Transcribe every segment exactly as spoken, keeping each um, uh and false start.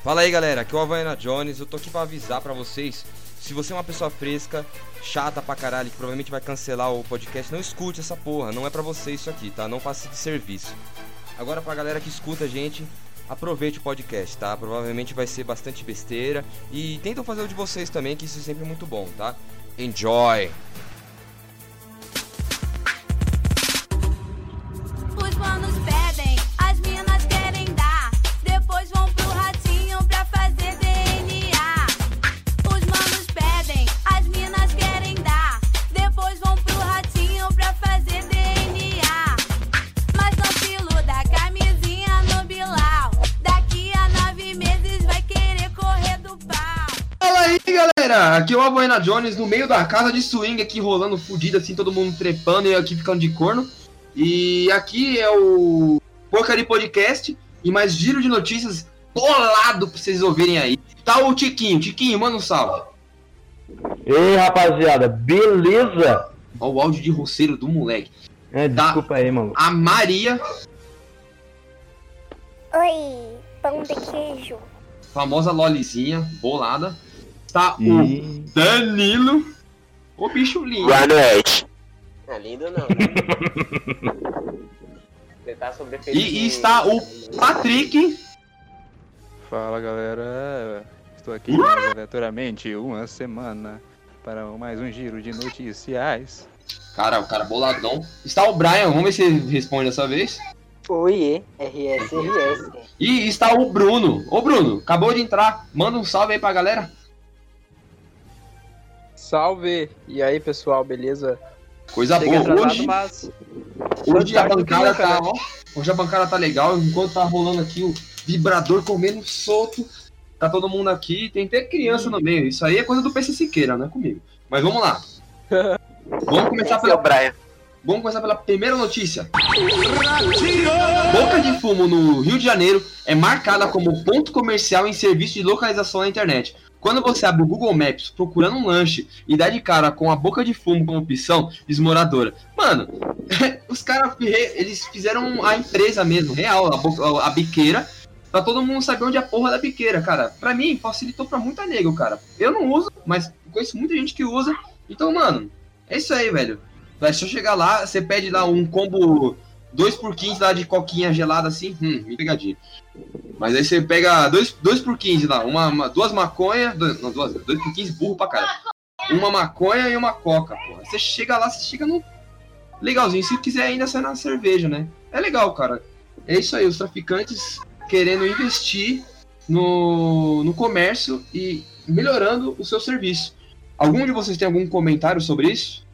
Fala aí, galera, aqui é o Havaiana Jones. Eu tô aqui pra avisar pra vocês. Se você é uma pessoa fresca, chata pra caralho, que provavelmente vai cancelar o podcast, não escute essa porra, não é pra você isso aqui, tá? Não passe de serviço. Agora pra galera que escuta a gente, aproveite o podcast, tá? Provavelmente vai ser bastante besteira. E tentam fazer o de vocês também, que isso é sempre muito bom, tá? Enjoy! Os manos pedem, as minas querem dar. Depois vão pro ratinho pra fazer D N A. Os manos pedem, as minas querem dar. Depois vão pro ratinho pra fazer D N A. Mas não se iluda, camisinha no Bilal. Daqui a nove meses vai querer correr do pau. Fala aí, galera! Aqui é o Havaiana Jones no meio da casa de swing aqui rolando fudido assim, todo mundo trepando e eu aqui ficando de corno. E aqui é o Porcaria Podcast e mais giro de notícias bolado pra vocês ouvirem aí. Tá o Tiquinho, Tiquinho, manda um salve. Ei, rapaziada, beleza? Ó o áudio de roceiro do moleque. É, Tá. desculpa aí, mano. A Maria, Oi, pão de queijo. famosa Lolizinha, bolada. Tá Ih. o Danilo, o bicho lindo. Boa noite. Não é lindo não. Você tá sobre E, e está o Patrick. Fala galera, estou aqui mais aleatoriamente uma semana para mais um giro de notícias. Cara, o cara boladão. Está o Brian, vamos ver se ele responde dessa vez. Oi, R S R S. E está o Bruno. Ô Bruno, acabou de entrar. Manda um salve aí pra galera. Salve! E aí, pessoal, beleza? Coisa Cheguei boa. atrasado, Hoje, mas... hoje a Tá bancada tranquilo, tá, cara. ó. Hoje a bancada tá legal. Enquanto tá rolando aqui o vibrador comendo solto. Tá todo mundo aqui. Tem até criança no meio. Isso aí é coisa do P C Siqueira, não é comigo. Mas vamos lá. Vamos começar Esse é o pela, Brian. vamos começar pela primeira notícia. Boca de Fumo no Rio de Janeiro é marcada como ponto comercial em serviço de localização na internet. Quando você abre o Google Maps procurando um lanche e dá de cara com a Boca de Fumo como opção, desmoradora. Mano, os caras, eles fizeram a empresa mesmo, real, a, boca, a biqueira, pra todo mundo saber onde é a porra da biqueira, cara. Pra mim, facilitou pra muita nego, cara. Eu não uso, mas conheço muita gente que usa. Então, mano, é isso aí, velho. Vai só chegar lá, você pede lá um combo dois por quinze lá de coquinha gelada assim, hum, me pegadinha. Mas aí você pega dois por quinze lá, uma, uma, duas maconha, dois, não, duas, dois por quinze burro pra cara. Uma maconha e uma coca, porra. Você chega lá, você chega no... Legalzinho, se quiser ainda sair na cerveja, né? É legal, cara. É isso aí, os traficantes querendo investir no, no comércio e melhorando o seu serviço. Algum de vocês tem algum comentário sobre isso?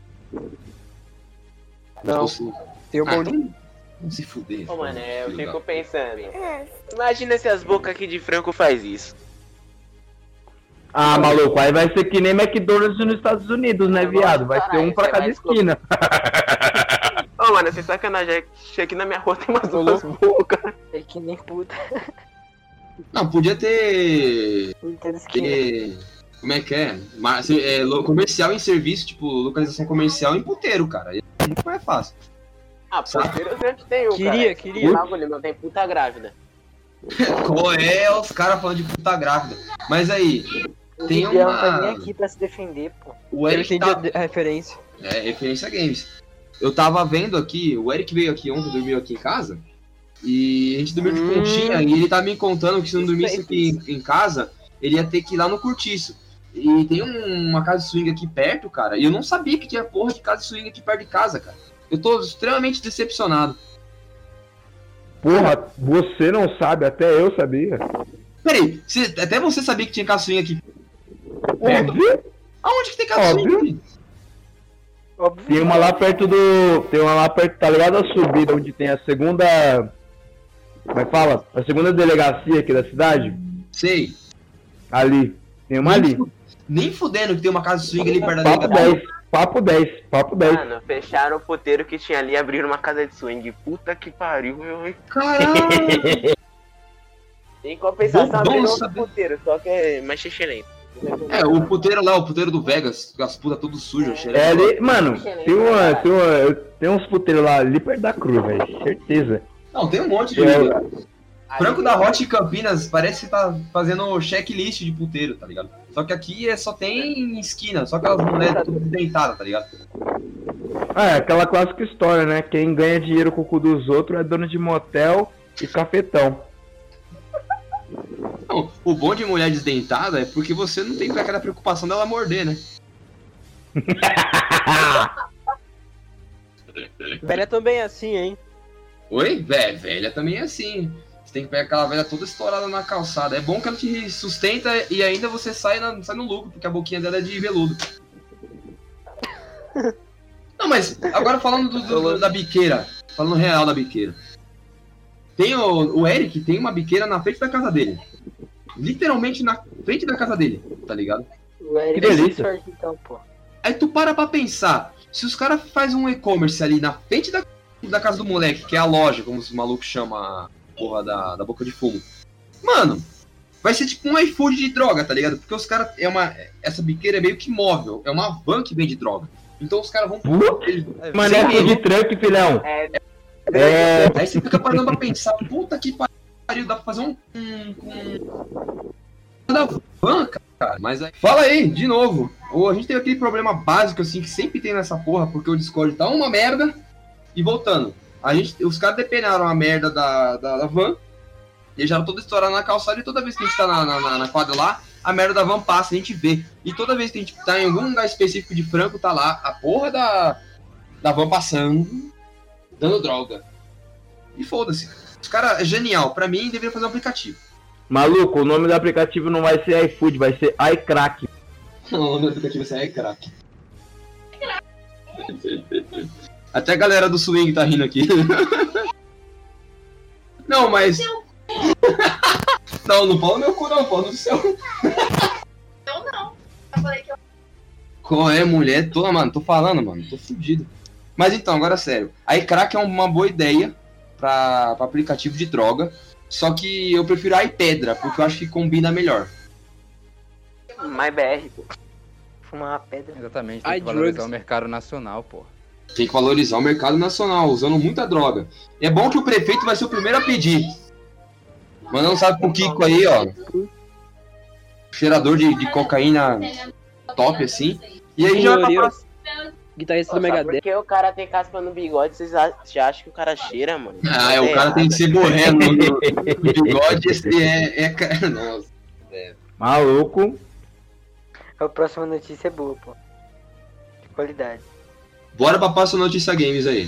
Não, Você... tem um Ah, bom dia. então, vamos se fuder. Ô, mano, eu filho fico da- pensando. Ah, Imagina se as bocas aqui de Franco faz isso. Ah, maluco, aí vai ser que nem McDonald's nos Estados Unidos, né, viado? Vai ser um pra cada esquina. Ô, mano, sem sacanagem. Aqui na minha rua tem umas duas bocas. É que nem puta. Não, podia ter... Inteira esquina. ter... Como é que é? Mas, é, lo- comercial em serviço, tipo, localização comercial em puteiro, cara. Aí é muito mais fácil. Ah, puteiro eu sempre tenho, Queria, cara. queria. Não, bagulho, não tem puta grávida. Qual é os caras falando de puta grávida? Mas aí, O tem Bibiano não tá uma... nem aqui pra se defender, pô. O Eu Eric entendi tá... a referência. É, referência a games. Eu tava vendo aqui, o Eric veio aqui ontem, dormiu aqui em casa. E a gente dormiu de Hum. pontinha. E ele tá me contando que se não dormisse aqui em, em casa, ele ia ter que ir lá no Curtiço. E tem um- uma casa de swing aqui perto, cara. E eu não sabia que tinha porra de casa de swing aqui perto de casa, cara. Eu tô extremamente decepcionado. Porra, você não sabe, até eu sabia. Peraí, você- até você sabia que tinha casa de swing aqui perto? Óbvio, Aonde que tem casa de swing Óbvio. aqui? Óbvio. tem uma lá perto do... Tem uma lá perto, tá ligado? A subida, onde tem a segunda... Como é que fala? A segunda delegacia aqui da cidade. Sei. Ali. Tem uma ali. Nem fudendo que tem uma casa de swing ali perto da Papo delegacia. dez. Papo dez. Papo dez. Mano, fecharam o puteiro que tinha ali e abriram uma casa de swing. Puta que pariu, meu. Caralho! Em compensação, Vamos abriram outro saber. puteiro, só que é mais xixelento. É, o puteiro lá, o puteiro do Vegas, com as putas tudo sujas, cheirando. É ali, mano, tem, uma, tem, uma, tem uns puteiros lá ali perto da cruz, velho. Certeza. Não, tem um monte de. É, Franco da Rocha e Campinas parece que tá fazendo checklist de puteiro, tá ligado? Só que aqui é, só tem esquina, só aquelas mulheres tudo deitadas, tá ligado? Ah, é aquela clássica história, né? Quem ganha dinheiro com o cu dos outros é dono de motel e cafetão. Não, o bom de mulher desdentada é porque você não tem aquela preocupação dela morder, né? Velha também é assim, hein? Oi? Vé, velha também é assim. Você tem que pegar aquela velha toda estourada na calçada. É bom que ela te sustenta e ainda você sai, na, sai no lucro, porque a boquinha dela é de veludo. Não, mas agora falando do, do, da biqueira, falando real da biqueira. Tem o, o Eric tem uma biqueira na frente da casa dele. Literalmente na frente da casa dele, tá ligado? O Eric Que delícia. sorte, então, pô. Aí tu para pra pensar, se os caras fazem um e-commerce ali na frente da, da casa do moleque, que é a loja, como os malucos chamam a porra da, da boca de fumo. Mano, vai ser tipo um iFood de droga, tá ligado? Porque os caras, é uma, essa biqueira é meio que móvel, é uma van que vende droga. Então os caras vão... Ele, Mané sem de tranque, filhão. É, É. Aí você fica parando pra pensar, puta que pariu, dá pra fazer um... um, um... da van, cara. Mas aí... Fala aí, de novo. Ou a gente tem aquele problema básico, assim, que sempre tem nessa porra, porque o Discord tá uma merda. E voltando, a gente, os caras depenaram a merda da, da, da van, deixaram toda estourada na calçada, e toda vez que a gente tá na, na, na quadra lá, a merda da van passa, a gente vê. E toda vez que a gente tá em algum lugar específico de Franco, tá lá a porra da, da van passando, dando droga. E foda-se. Os caras, é genial. Pra mim, deveria fazer um aplicativo. Maluco, o nome do aplicativo não vai ser iFood, vai ser iCrack. O nome do aplicativo vai ser iCrack. Até a galera do swing tá rindo aqui. Não, mas... Não, não fala no meu cu não, fala no seu. Eu não. Eu falei que eu... Qual é, mulher? Tô, mano, tô falando, mano, tô fudido. Mas então, agora sério. A iCrack é uma boa ideia pra, pra aplicativo de droga. Só que eu prefiro a iPedra, porque eu acho que combina melhor. mais B R, pô. Fumar uma pedra. Exatamente, tem Ai, que valorizar drugs. o mercado nacional, pô. Tem que valorizar o mercado nacional, usando muita droga. E é bom que o prefeito vai ser o primeiro a pedir. Mandando um salve pro Kiko aí, ó. Cheirador de, de cocaína top, assim. E aí já vai pra... Guitarrista Pô, do sabe Megadeth. por que o cara tem caspa no bigode? Vocês a- já acham que o cara cheira, mano? Ah, é, o cara tem que ser borrendo no, no bigode. Esse é, é... ca- Nossa. Maluco. A próxima notícia é boa, pô. De qualidade. Bora pra Passa Notícia Games aí.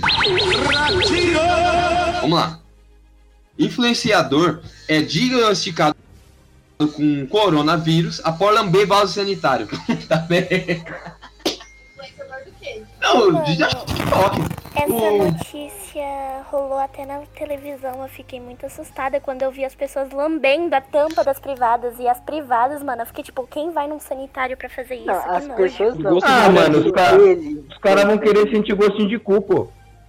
Vamos lá. Influenciador é diagnosticado com coronavírus após lamber vaso sanitário. Tá bem? Influenciador do quê? Não, já TikTok. Essa O- notícia rolou até na televisão, eu fiquei muito assustada quando eu vi as pessoas lambendo a tampa das privadas. E as privadas, mano, eu fiquei tipo, quem vai num sanitário pra fazer isso? Não, Que as nojo. pessoas não. Gosto Ah, de mano, os caras Ele- os cara vão querer sentir gostinho de cu, pô.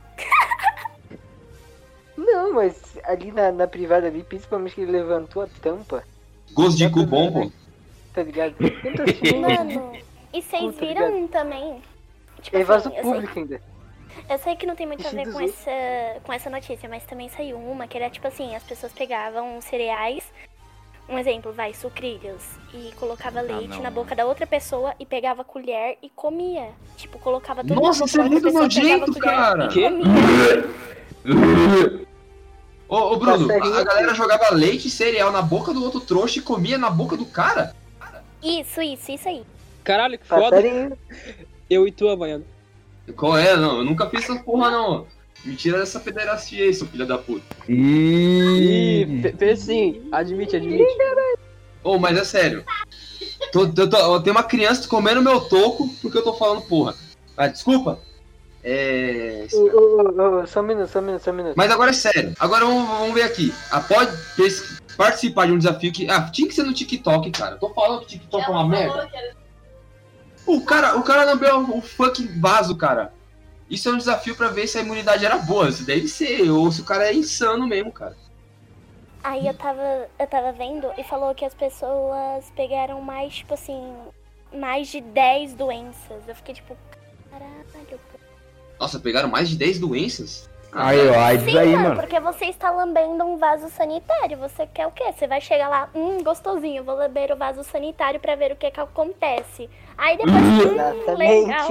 Não, mas ali na, na privada ali, principalmente que ele levantou a tampa, Gosto de cu bom, pô. tá ligado? Eu tô assistindo, Mano, e vocês Puta, viram também? Tipo ele vaso assim, eu sei, público ainda. eu sei que não tem muito a ver Vestido com dos essa, com essa notícia, mas também saiu uma que era tipo assim, as pessoas pegavam cereais, um exemplo, vai, sucrilhos, e colocava leite não. na boca da outra pessoa e pegava a colher e comia. Tipo, colocava tudo Nossa, na isso é boca da outra muito pessoa, pegava a nojento, colher cara. e Quê? comia. Ô, ô Bruno, Passarinho. a, a galera jogava leite e cereal na boca do outro trouxa e comia na boca do cara? Isso, isso, isso aí. Caralho, que foda. Passarinho. Eu e tu amanhã. Qual é? Não, eu nunca fiz essa porra, não. Me tira dessa pederastia aí, seu filho da puta. Ih, Ih. fe- fez sim. Admite, admite. Ô, mas é sério. Tô, tô, tô, tem uma criança comendo meu toco porque eu tô falando porra. Ah, desculpa. É... Ô, ô, ô, ô, Só um minuto, só um minuto, só um minuto. Mas agora é sério. Agora vamos, vamos ver aqui. Após pes- participar de um desafio que... Ah, tinha que ser no TikTok, cara. Tô falando que TikTok é uma Ela merda. falou que era- O cara, o cara lambeu o fucking vaso, cara. Isso é um desafio pra ver se a imunidade era boa. Se deve ser, ou se o cara é insano mesmo, cara. Aí eu tava, eu tava vendo e falou que as pessoas pegaram mais, tipo assim, mais de dez doenças. Eu fiquei tipo, caralho, pô. Nossa, pegaram mais de dez doenças? Aí, ó, AIDS Sim, aí, mano, mano. porque você está lambendo um vaso sanitário. Você quer o quê? Você vai chegar lá, hum, gostosinho, vou lamber o vaso sanitário pra ver o que que acontece. Aí depois, hum, legal.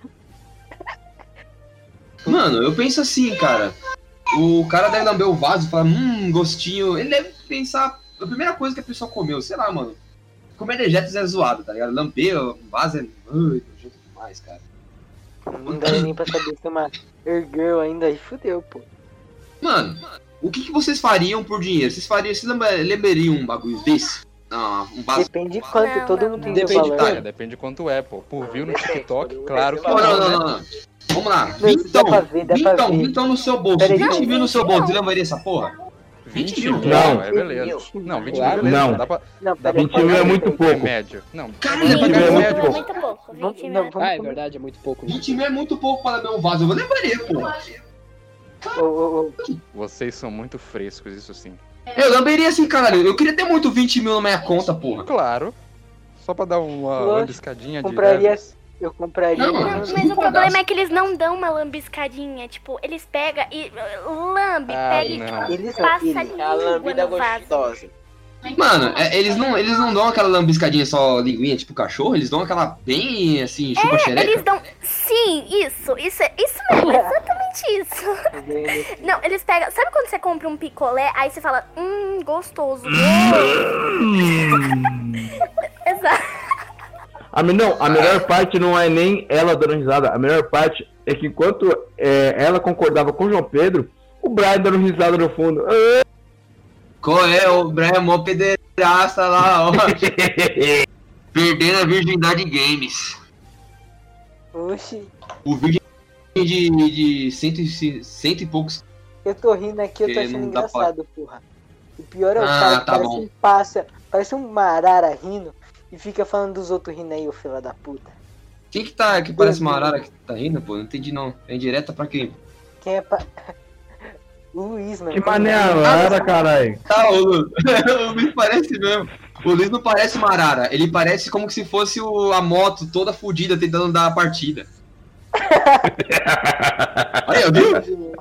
Mano, eu penso assim, cara. O cara deve lamber o vaso e falar, hum, gostinho. Ele deve pensar, a primeira coisa que a pessoa comeu, sei lá, mano. Comer dejetos é zoado, tá ligado? Lamber o vaso é. Ui, nojento demais, cara. Não dá nem pra saber se é uma Ergirl ainda, aí fudeu, pô. Mano, o que, que vocês fariam por dinheiro? Vocês fariam, vocês lembra- lembrariam um bagulho desse? Não, um vaso. Depende de quanto, Não, todo não, mundo não. tem seu Depende de valor. quanto, depende de quanto é, pô. Por view no Depende, TikTok, todo claro mundo que tem Não, seu não, não, não, né? não, não. Vamos lá. Não, isso dá Vintão, pra ver, dá pra vintão, ver. vintão no seu bolso. Peraí, vinte mil no seu bolso. não. Você levaria essa porra? vinte mil? mil, Não. é beleza. Não, vinte mil Claro. é beleza. Não. Dá pra, Não, dá peraí, pra vinte mil é pagar muito um pouco. médio. Não, Caralho, dá pra vinte pagar mil é um muito médio. pouco. Muito pouco, Vamos- vinte não, mil. vamos- Ah, é verdade, é muito pouco. vinte mil é muito pouco para lamber um vaso. Eu vou levaria, porra. Ô, ô, ô, Vocês são muito frescos, isso sim. Eu lamberia assim, caralho. Eu queria ter muito vinte mil na minha conta, porra. Claro. Só pra dar uma Lógico. lambiscadinha de compraria. leve. Eu compraria. Não, Não, mano, mas não o problema pagasse. é que eles não dão uma lambiscadinha. Tipo, eles pegam e uh, lambe, Ah, pega e não. tipo, Eles passa eles- a a língua lambida no vaso. gostosa. Mano, é, eles, não, eles não dão aquela lambiscadinha só linguinha, tipo cachorro. Eles dão aquela bem, assim, chupa-xereca. Eles dão. Sim, isso, isso, é- isso mesmo, exatamente isso. Não, eles pegam. Sabe quando você compra um picolé, aí você fala, hum, gostoso. Exato. A, me- não, a melhor parte não é nem ela dando risada. A melhor parte é que enquanto é, ela concordava com o João Pedro, o Brian dando risada no fundo. Qual é? O Brian mó pederasta lá, ó. Perdendo a virgindade em games. Oxi, O vídeo de, de cento, e- cento e poucos. eu tô rindo aqui, eu tô Que achando não dá pra- engraçado, porra. O pior é o Ah, cara que tá parece bom. um pássaro, parece um marara rindo e fica falando dos outros rindo aí, ô filho da puta. Quem que tá, que parece uma arara que tá rindo, pô? Não entendi não. É indireta pra quem? Quem é pa... O Luiz, mano. Que mané a Lara, caralho. Ah, o Lu- o Luiz parece mesmo. O Luiz não parece uma arara, ele parece como se fosse o, a moto toda fodida tentando dar a partida. Aí, viu?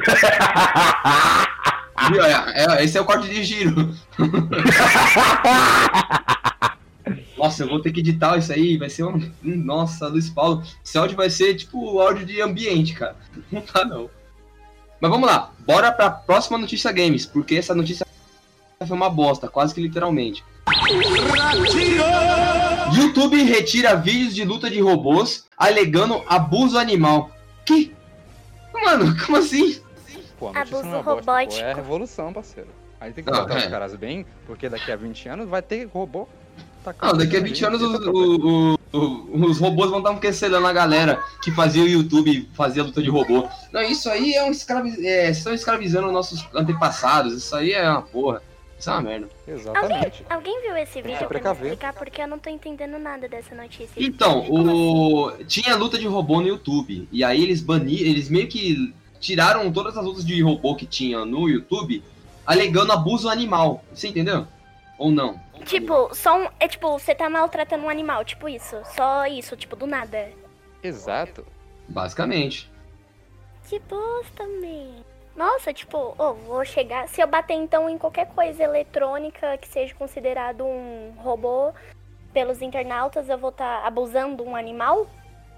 Viu? É, é, esse é o corte de giro. Nossa, eu vou ter que editar isso aí, vai ser um... um- Nossa, Luiz Paulo, esse áudio vai ser tipo o áudio de ambiente, cara. Não tá não. Mas vamos lá, bora pra próxima notícia games, porque essa notícia foi uma bosta, quase que literalmente. YouTube retira vídeos de luta de robôs alegando abuso animal. Que? Mano, como assim? Pô, a notícia Abuso não é bosta, pô, robótico. é a revolução, parceiro. Aí tem que Não, botar os é. caras bem, porque daqui a vinte anos vai ter robô. Não, daqui a vinte anos os, o- o- o- os robôs vão estar cancelando a galera que fazia o YouTube e fazia luta de robô. Não, isso aí é um escravi... é, estão escravizando nossos antepassados. Isso aí é uma porra. Isso é uma merda. Exatamente. Alguém viu esse vídeo que pra me precaver. explicar? Porque eu não tô entendendo nada dessa notícia. Então, o... tinha luta de robô no YouTube. E aí eles baniram, eles meio que tiraram todas as lutas de robô que tinha no YouTube, alegando abuso animal. Você entendeu? Ou não? Tipo, só um. É tipo, você tá maltratando um animal, tipo isso. Só isso, tipo, do nada. Exato. Basicamente. Que bosta, man. Nossa, tipo, oh, vou chegar. Se eu bater então em qualquer coisa eletrônica que seja considerado um robô pelos internautas, eu vou estar abusando um animal?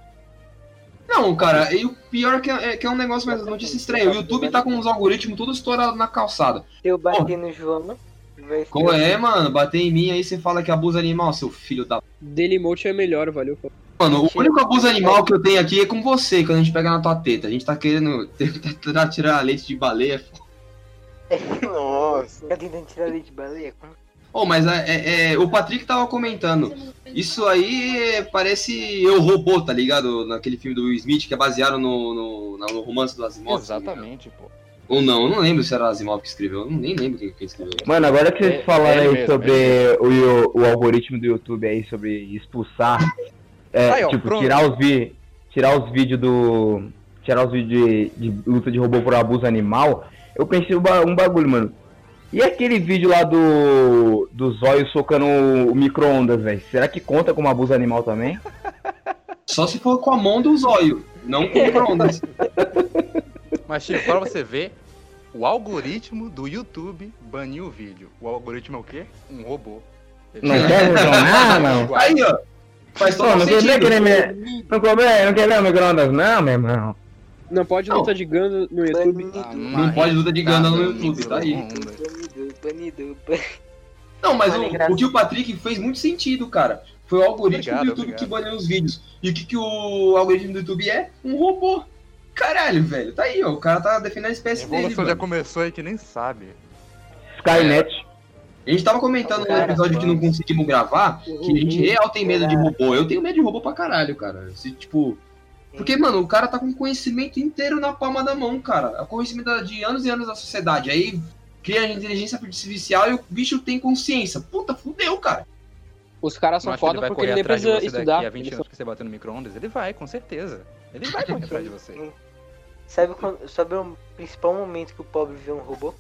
Não, cara, e o pior é que é, que é um negócio mais notícia estranha. O YouTube tá com os algoritmos tudo estourado na calçada. Se eu bater no João, vai Qual é, mano? Bater em mim aí você fala que abuso animal, seu filho da. Dailymote é melhor, valeu. Mano, o único abuso animal que eu tenho aqui é com você, quando a gente pega na tua teta. A gente tá querendo tentar tirar leite de baleia. Nossa. Tá tentando tirar leite de baleia? Oh, mas é, é- é, o Patrick tava comentando. Isso aí parece Eu Robô, tá ligado? Naquele filme do Will Smith, que é baseado no, no, no romance do Asimov. Exatamente, pô. Ou não, eu não lembro se era o Asimov que escreveu. Eu nem lembro quem, quem escreveu. Mano, agora que vocês É- falaram é ele aí mesmo, sobre é o, o algoritmo do YouTube aí, sobre expulsar, é, Aí, ó, tipo, pronto. tirar os, vi tirar os vídeos do... Tirar os vídeos de, de luta de robô por abuso animal, eu pensei um, ba um bagulho, mano. E aquele vídeo lá do, do zóio socando o micro-ondas, velho? Será que conta como abuso animal também? Só se for com a mão do zóio, não com micro-ondas. Mas, tipo, pra você ver, o algoritmo do YouTube baniu o vídeo. O algoritmo é o quê? Um robô. Ele Não quer funcionar, não? Aí, ó. Faz Pô, todo não quer ver sentido. aquele me... Não quer ver, não quer ver o micro-ondas, não, meu irmão. Não pode Não. luta de Ganda no YouTube. tá Não pode luta de Ganda no marretada YouTube, tá aí. micro-ondas. Banido, banido, banido. Não, mas Olha, o, engraçado. o que o Patrick fez muito sentido, cara. Foi o algoritmo Obrigado, do YouTube obrigado. que baniu os vídeos. E o que, que o algoritmo do YouTube é? Um robô. Caralho, velho. Tá aí, ó. O cara tá defendendo a A espécie dele, evolução já mano. começou aí que nem sabe. Skynet. A gente tava comentando no Cara, episódio que não conseguimos gravar, que a gente real tem medo de robô. Eu tenho medo de robô pra caralho, cara. Se, tipo... Porque, mano, o cara tá com conhecimento inteiro na palma da mão, cara. É o conhecimento de anos e anos da sociedade. Aí cria a inteligência artificial e o bicho tem consciência. Puta, fudeu, cara. Os caras Não são acho que ele foda vai porque correr ele nem atrás de precisa você estudar. daqui a vinte Eles anos que você bater no micro-ondas? Ele vai, com certeza. Ele vai correr atrás de você. Sabe, quando, sabe o principal momento que o pobre vê um robô?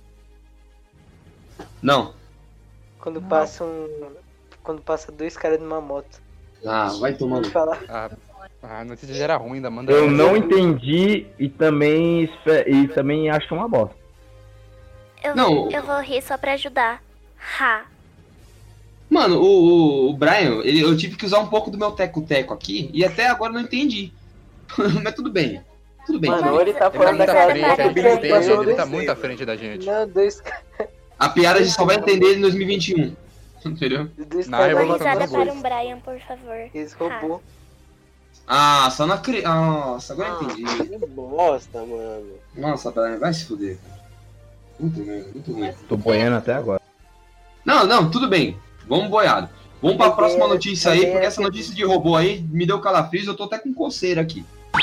Não. Quando passa um. Quando passa dois caras numa moto. Ah, vai tomando. Vou falar. Ah, a notícia já era ruim, ainda manda. Eu não entendi e também, espe- e também acho uma bosta. Eu, Não. eu vou rir só pra ajudar. Ha. Mano, o, o, o Brian, ele- eu tive que usar um pouco do meu teco-teco aqui e até agora eu não entendi. Mas tudo bem. Tudo bem. Mano, ou ele tá Ele tá falando muito da à cara frente, cara a gente dele, entende, passou ele dois tá muito à segundos. frente da gente. Não, dois caras. A piada a gente só vai entender em dois mil e vinte e um. Entendeu? Dois Na caras Uma Revolução risada dos para dois. um Brian, por favor. Esse Ha. robô. Ah, só na cri... Nossa, agora eu entendi. Que bosta, mano. Nossa, Brian, vai se fuder. cara. Muito ruim, muito ruim. Tô boiando até agora. Não, não, tudo bem. Vamos boiado. Vamos pra Mas próxima é- notícia mas aí, é porque essa que- notícia de robô aí me deu calafrios, eu tô até com coceira aqui.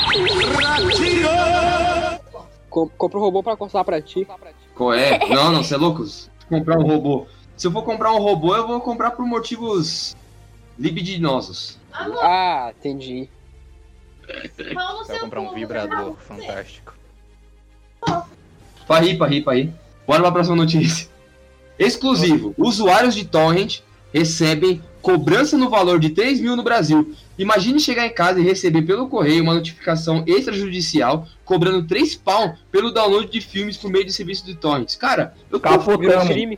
Com- Compra um robô pra coçar pra ti. Qual é? Não, não, você é louco? Comprar um robô. Se eu for comprar um robô, eu vou comprar por motivos libidinosos. Ah, entendi. Pau no Vai seu comprar um cu, vibrador vai lá, fantástico. Pra rir, pra rir, pra rir. Bora pra próxima notícia. Exclusivo. Usuários de torrent recebem cobrança no valor de três mil no Brasil. Imagine chegar em casa e receber pelo correio uma notificação extrajudicial cobrando três pau pelo download de filmes por meio de serviço de torrents. Cara, eu tô, Virou Capotamos. crime.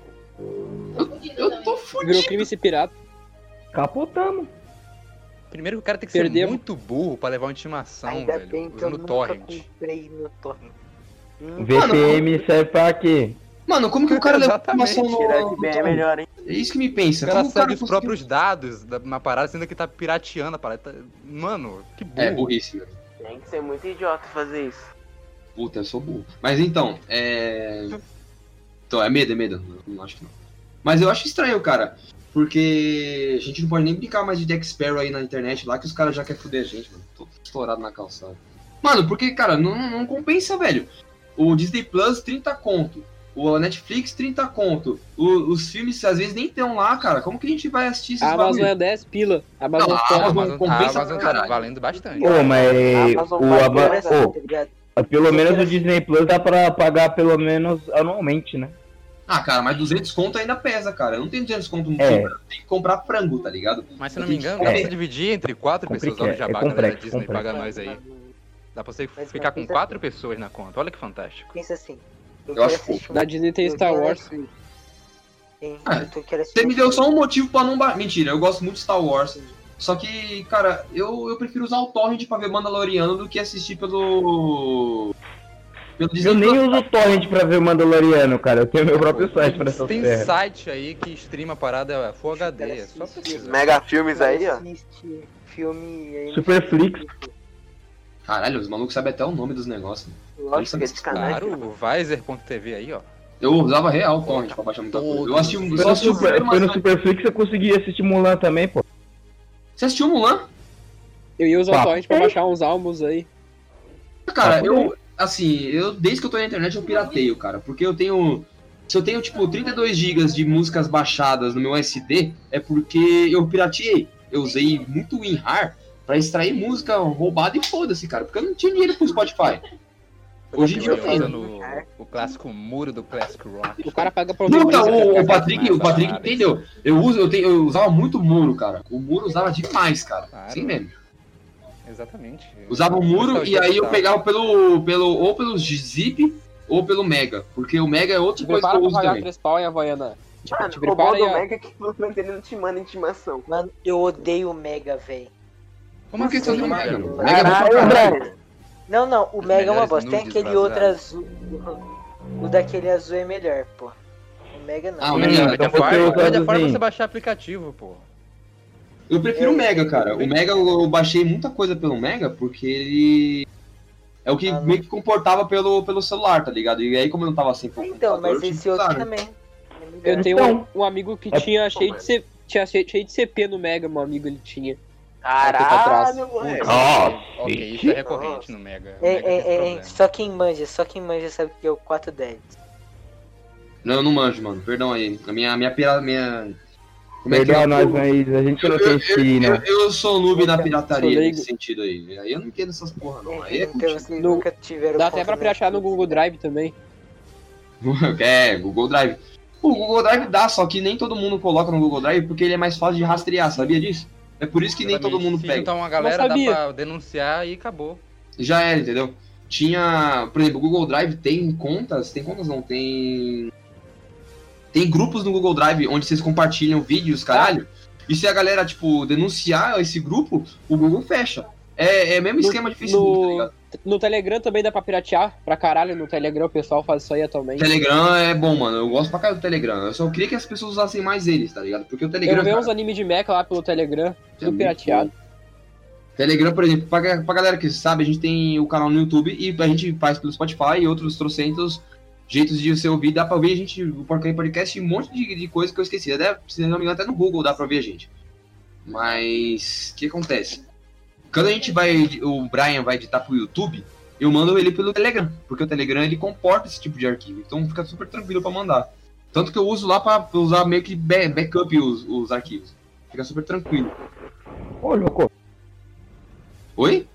eu tô Virou fudido. crime esse pirata. Capotamos. Primeiro que o cara tem que Perdemos. ser muito burro pra levar uma intimação, Ainda velho. bem que eu Usando nunca torrent. comprei no torrent. Hum, V P M serve pra quê? Mano, como que o cara leva Exatamente. informação Tirar no, que no bem é torrent? melhor, hein? É isso que me pensa. O cara Como o segue cara os conseguiu- próprios dados da- na parada, sendo que tá pirateando a parada. Tá- Mano, que burro. É, burrice, velho. Tem que ser muito idiota fazer isso. Puta, eu sou burro. Mas então, é... Então, é medo, é medo. Não, não acho que não. Mas eu acho estranho, cara. Porque a gente não pode nem brincar mais de Jack Sparrow aí na internet lá, que os caras já querem foder a gente, mano. Tô estourado na calçada. Mano, porque, cara, não, não compensa, velho. O Disney Plus, trinta conto. O Netflix, trinta conto. O- os filmes, às vezes, nem estão lá, cara. Como que a gente vai assistir esses A Amazon bagulho? é dez pila. A Amazon Não, a é A foda. Amazon- Amazon, a compensa Amazon pra tá caralho. valendo bastante. Pô, mas A Amazon o vai Ama- começar, pô, tá ligado? pelo menos o Disney Plus dá pra pagar pelo menos anualmente, né? Ah, cara, mas duzentos conto ainda pesa, cara. Eu não tenho duzentos conto no É. comprar. Tem que comprar frango, tá ligado? Mas se não me engano, É. dá pra você dividir entre quatro pessoas. Complica- Olha o jabá é que a galera complexo, Disney complexo. paga nós aí. Dá pra você Mas- ficar mas com pensa quatro assim. pessoas na conta. Olha que fantástico. Pensa assim. Eu, Eu quero acho assistir um- Na Disney tem eu Star quero Wars. assistir- Tem, Ah, eu tô- quero assistir Você me um deu filme. só um motivo pra não... Ba... Mentira, eu gosto muito de Star Wars. Só que, cara, eu, eu prefiro usar o torrent pra ver Mandaloriano do que assistir pelo... Pelo Disney Eu nem Plus. uso torrent pra ver Mandaloriano, cara. Eu tenho meu próprio site pra essa Tem terra. site aí que streama a parada é Full H D. É só pesquisar. Mega filmes aí, ó. Assiste filme aí no Superflix. Caralho, os malucos sabem até o nome dos negócios. Lógico que é de canal. Claro, o Vizer ponto T V aí, ó. Eu usava real o torrent pra baixar muita coisa. Eu assisti, um- Foi só no, assisti o Super, primeiro, foi no mas... Superflix eu consegui assistir Mulan também, pô. Você assistiu Mulan? Eu ia usar o Papo. torrent pra baixar uns álbuns aí. Cara, Papo eu... Assim, eu desde que eu tô na internet eu pirateio, cara. Porque eu tenho... Se eu tenho, tipo, trinta e dois gigas de músicas baixadas no meu S D, é porque eu pirateei. Eu usei muito WinRAR pra extrair música roubada e foda-se, cara. Porque eu não tinha dinheiro pro Spotify. Hoje em dia eu Eu tenho. usando o, o clássico muro do Classic Rock. O cara paga pra Não, ouvir então, música. o, o Patrick, o Patrick Claro. entendeu. Eu, uso, eu, tenho, eu usava muito muro, cara. O muro usava demais, cara. Claro. Assim mesmo. Exatamente. Usava o muro Nostalgia e aí eu total. pegava pelo, pelo, ou pelo zip ou pelo mega. Porque o mega é outra Te coisa que prepara eu pra uso pagar também. três pau em Havaiana. Tipo, Mano, te o bom prepara do aí, ó. Mega é que pelo menos ele não te manda intimação. Mano, eu odeio o Mega, velho. Por que você Nossa, odeia o mano. mega? O mega é bom pra Caralho, caralho. velho. Não, não, o Os Mega é uma melhores bosta. Tem nudes aquele outro vazados. azul. O daquele azul é melhor, pô. O Mega não. Ah, o Hum, mega então é... você Mediafire, usa Mediafire azulzinho. você baixar aplicativo, pô. Eu prefiro Eu- o mega, cara. O mega eu baixei muita coisa pelo mega porque ele... É o que Ah, não. meio que comportava pelo, pelo celular, tá ligado? E aí como eu não tava sem Então, mas eu tive esse que outro usar, né? também. é Eu melhor. tenho Então, um, um amigo que é- tinha cheio de, C, tinha cheio cheio de C P no Mega, meu amigo, ele tinha. Caralho, moleque. Nossa, Ok, isso é recorrente no Mega. O É, Mega é, tem esse é, problema. só quem manja, só quem manja sabe que é o quatro dez. Não, eu não manjo, mano. Perdão aí. A minha... minha, pira- minha... Como é que Perdão é? nós, mas a gente não tem Eu, esse, eu, não. eu sou noob na pirataria Sou leigo. nesse sentido aí. Aí eu não entendo essas porra, não. Aí é Então contigo. vocês No- nunca tiveram Dá até conta pra achar no Netflix, Google né? Drive também. É, Google Drive. O Google Drive dá, só que nem todo mundo coloca no Google Drive porque ele é mais fácil de rastrear, sabia disso? É por isso que nem todo mundo Se pega. juntar uma galera, dá sabia. pra denunciar e acabou. Já era, entendeu? Tinha, por exemplo, o Google Drive tem contas, tem contas não, tem... Tem grupos no Google Drive onde vocês compartilham vídeos, caralho. E se a galera, tipo, denunciar esse grupo, o Google fecha. É, é mesmo No- esquema de Facebook, no- tá ligado? No Telegram também dá pra piratear pra caralho. No Telegram o pessoal faz isso aí atualmente. Telegram é bom, mano. Eu gosto pra caralho do Telegram. Eu só queria que as pessoas usassem mais eles, tá ligado? Porque o Telegram. Eu vejo cara, uns animes de mecha lá pelo Telegram, é tudo muito pirateado. bom. Telegram, por exemplo, pra, pra galera que sabe, a gente tem o canal no YouTube e a gente faz pelo Spotify e outros trocentos jeitos de você ouvir. Dá pra ouvir a gente, o Porcaria Podcast, e um monte de, de coisa que eu esqueci. Até, se não me engano, até no Google dá pra ouvir a gente. Mas, o que acontece? Quando a gente vai, o Brian vai editar pro YouTube, eu mando ele pelo Telegram, porque o Telegram ele comporta esse tipo de arquivo, então fica super tranquilo pra mandar. Tanto que eu uso lá pra usar meio que ba- backup os, os arquivos. Fica super tranquilo. Ô, louco. Oi?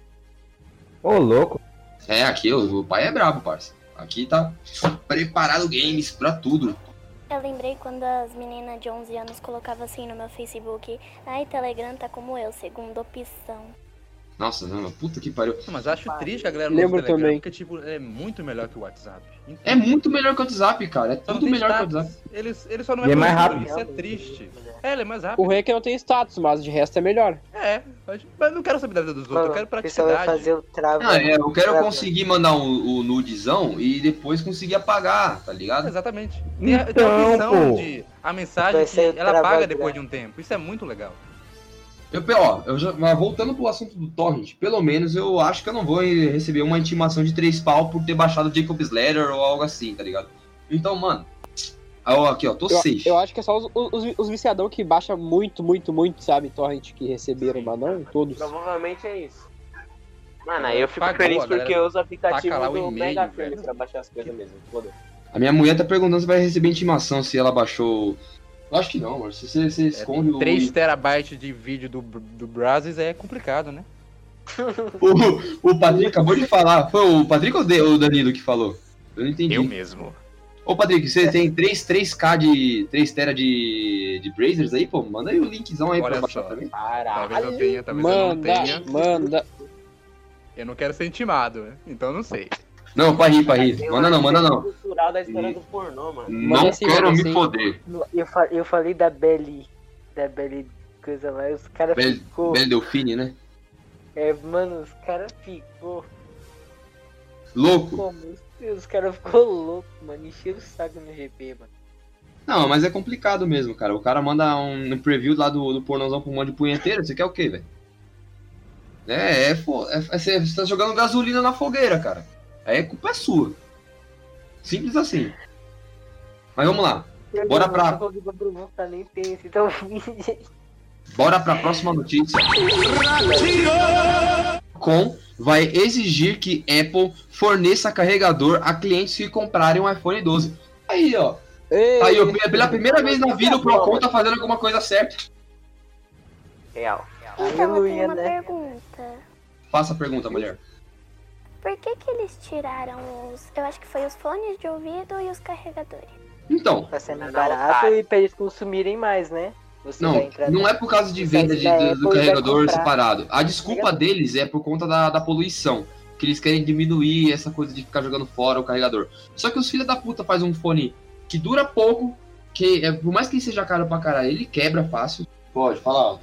Ô, louco. É, aqui o, o pai é brabo, parça. Aqui tá preparado games pra tudo. Eu lembrei quando as meninas de onze anos colocavam assim no meu Facebook: ai, Telegram tá como eu, segunda opção. Nossa, não, puta que pariu. Não, mas eu acho triste a galera no Lembro Telegram, também. porque tipo, é muito melhor que o WhatsApp. É muito melhor que o WhatsApp, cara. É Só não tudo tem melhor que o status. WhatsApp. Eles, ele só não E é, é mais produtivo, rápido. Isso é triste. É, ele é mais O rápido. ruim é que não tem status, mas de resto é melhor. É, mas mas eu não quero saber da vida dos outros, Mano, eu quero o pessoal vai praticidade. fazer o trava. Não, é, eu quero trava. conseguir mandar o, o nudezão e depois conseguir apagar, tá ligado? Exatamente. Tem a, tem a Então, opção pô. de a mensagem Vai que ser ela travado, apaga depois né? de um tempo. Isso é muito legal. Eu, ó, eu já, mas voltando pro assunto do Torrent, pelo menos eu acho que eu não vou receber uma intimação de três pau por ter baixado Jacob's Ladder ou algo assim, tá ligado? Então, mano, ó, aqui ó, tô Eu, safe. eu acho que é só os, os, os viciadão que baixa muito, muito, muito, sabe, torrent que receberam, mas não todos. Provavelmente é isso. Mano, aí eu fico Pagou, feliz a galera porque eu uso o aplicativo taca lá o do e-mail, Mega velho. Filme pra baixar as coisas mesmo. Foda-se. A minha mulher tá perguntando se vai receber intimação se ela baixou. Eu acho que não, mano. Se você, você esconde o. três terabytes de vídeo do, do Brazos é complicado, né? O, o Patrick acabou de falar. Foi o Patrick ou o De- o Danilo que falou? Eu não entendi. Eu mesmo. Ô, Patrick, você tem três, três K de. três tera de. de Brazers aí, pô? Manda aí o linkzão aí Olha pra baixar só. também. Talvez eu tenha, talvez eu não Manda, tenha. manda. Eu não quero ser intimado, né? Então eu não sei. Não, pra rir, pra rir. Tem Manda uma não, manda não. diferença cultural da história do pornô, mano. Não Manda sim, quero manda me sim. foder. Eu, fa- eu falei da Belly. Da Belly coisa lá, os caras Bel, ficou. Bel Delfine, né? É, mano, os caras ficou. Louco. Como? Os caras ficou louco, mano. Encheram o saco no G P, mano. Não, mas é complicado mesmo, cara. O cara manda um, um preview lá do, do pornozão pra um monte de punheteiro. Você quer o quê, velho? É, é, fo- é, é, você tá jogando gasolina na fogueira, cara. Aí a culpa é sua. Simples assim. Mas vamos lá. Bora pra- Eu vou provocar, nem tem esse tão vídeo. Bora pra próxima notícia. Com vai exigir que Apple forneça carregador a clientes que comprarem um iPhone doze. Aí, ó. Ei, Aí, ó, pela primeira vez na vida o Procon tá fazendo alguma coisa certa. Real. Então, eu tenho Aleluia, uma né? pergunta. Faça a pergunta, mulher. Por que que eles tiraram os... Eu acho que foi os fones de ouvido e os carregadores. Então, Tá sendo Não, barato otário. e pra eles consumirem mais, né? Você Não, vai entrar não na- é por causa de no venda site de- da do, do Apple e vai carregador comprar. separado. A desculpa deles é por conta da, da poluição. Que eles querem diminuir essa coisa de ficar jogando fora o carregador. Só que os filhos da puta faz um fone que dura pouco, que é, por mais que ele seja caro pra caralho, ele quebra fácil. Pode, fala alto.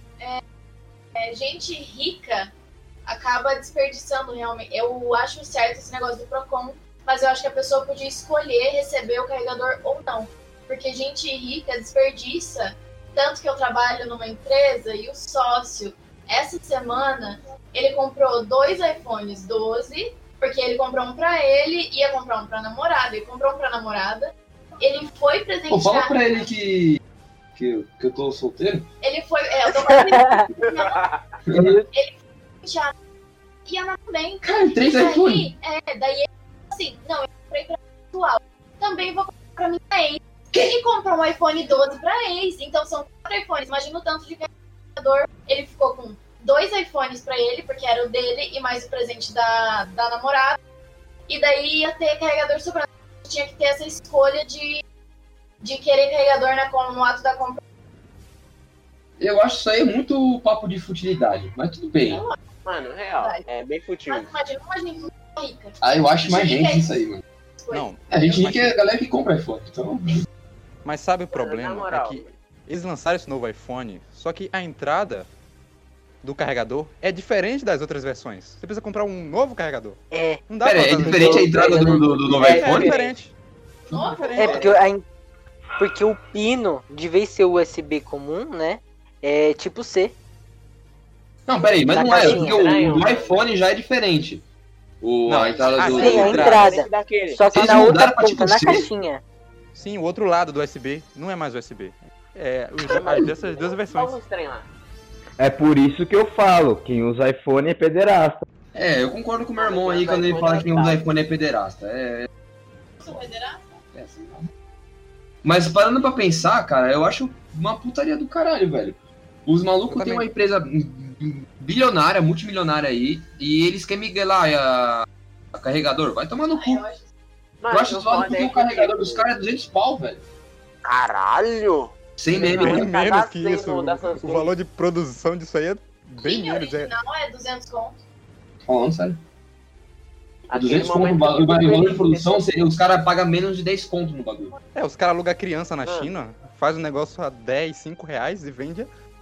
É, gente rica acaba desperdiçando realmente. Eu acho certo esse negócio do Procon, mas eu acho que a pessoa podia escolher receber o carregador ou não. Porque gente rica desperdiça. Tanto que eu trabalho numa empresa e o sócio, essa semana, ele comprou dois iPhones doze, porque ele comprou um pra ele, ia comprar um pra namorada, ele comprou um pra namorada. Ele foi presentear. Pô, fala pra ele que, que, eu- que eu tô solteiro. Ele foi. É, eu tô falando. Ele foi presentear. E a Ana também. Cara, três E daí, iPhones. É, daí ele assim, não, eu comprei pra atual. Também vou comprar pra minha ex. Ele comprou um iPhone doze pra ex, então são quatro iPhones. Imagina o tanto de carregador. Ele ficou com dois iPhones pra ele, porque era o dele, e mais o presente da, da namorada. E daí ia ter carregador sobrando. Tinha que ter essa escolha de, de querer carregador na, com- no ato da compra. Eu acho isso aí muito papo de futilidade, mas tudo bem. Mano, real, é bem futil. Mas imagina uma gente muito rica. Ah, eu acho mais Gente, gente isso aí, mano. Não, A gente rica é a galera que compra iPhone, então... mas sabe o na problema? É moral. que eles lançaram esse novo iPhone, só que a entrada do carregador é diferente das outras versões. Você precisa comprar um novo carregador. É, Não dá Pera, pra é usar diferente a entrada do, do, do novo É, É iPhone? diferente. é porque, a, in- porque o pino, de vez ser U S B comum, né? É tipo C. Não, pera aí, mas Na não é, caixinha. porque o, o iPhone já é diferente. O, Não, a entrada ah, do... Sim, a do- entrada. Daquele. Só que Eles na outra mudaram pra ponta, tipo na C. caixinha. Sim, o outro lado do U S B não é mais U S B. É, os, as dessas duas versões. Só os trem lá. É por isso que eu falo, quem usa iPhone é pederasta. É, eu concordo com o meu irmão aí quando ele fala que quem usa iPhone é pederasta. É, Sou federal? é assim, não. Mas parando pra pensar, cara, eu acho uma putaria do caralho, velho. Os malucos Eu têm também. uma empresa bilionária, multimilionária aí, e eles querem miguelar a, a carregador. Vai tomar no Ai, cu. eu acho. Mano, Eu acho o zoado foda porque é o que, carregador tipo, dos caras é duzentos pau, velho. Caralho! Sem meme, Não, Bem mano. Tá menos que nascendo isso. da O Samsung. valor de produção disso aí é bem Sim, menos. É, original é duzentos conto. Falando sério. Aquele duzentos conto no momento bagulho, que o eu valor de fui produção, seria- os caras pagam menos de dez conto no bagulho. é os caras alugam criança na Mano. China, faz um negócio a dez, cinco reais e vende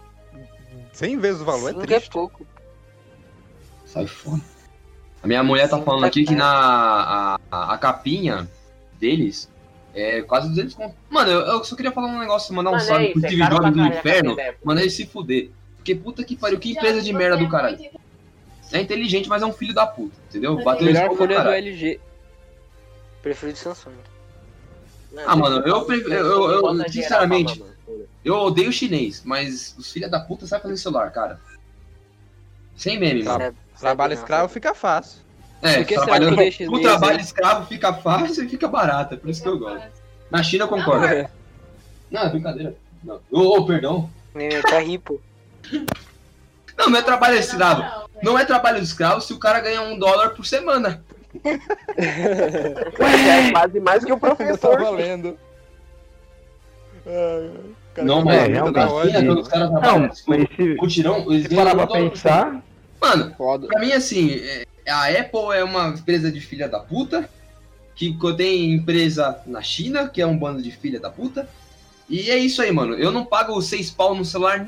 cem vezes o valor. Cinco É é triste. pouco. Sai fora. A minha mulher tá falando aqui que na a, a, a capinha deles é quase duzentos conto. Mano, eu, eu só queria falar um negócio, mandar um Mano, é salve isso, pro é Steve caro Jobs pra do caralho a inferno, capinha da Apple. manda ele se fuder. Porque puta que pariu, que Já empresa de você merda é do caralho. muito- É inteligente, mas é um filho da puta, entendeu? Mas Bateu O isso melhor pra fone é do caralho. L G. Prefiro de Samsung. Ah, mano, eu, prefiro- eu, eu, eu, Bota geral, sinceramente, mano. eu odeio chinês, mas os filhos da puta sabem fazer celular, cara. Sem meme, mano. Sabe- Trabalho sabe escravo não. fica fácil. É, Por que será trabalhando, que deixa o chinês trabalho aí? escravo fica fácil e fica barato, é por isso que eu gosto. Na China eu concordo. É. Não, é brincadeira. Não. Ô, ô, perdão. Meme tá ripo. Não, não é trabalho Na escravo. moral, velho. Não é trabalho escravo se o cara ganha um dólar por semana. É quase mais que o Ainda tá professor. valendo. Ai, cara, Não, que mas é, vida realmente. da na hora. China, quando os caras Não, trabalham mas se, o tirão, eles se ganham parar um pra dólar por semana. pensar, Mano, Foda. pra mim, assim, é- a Apple é uma empresa de filha da puta, que tem empresa na China, que é um bando de filha da puta, e é isso aí, mano. Eu não pago seis pau no celular.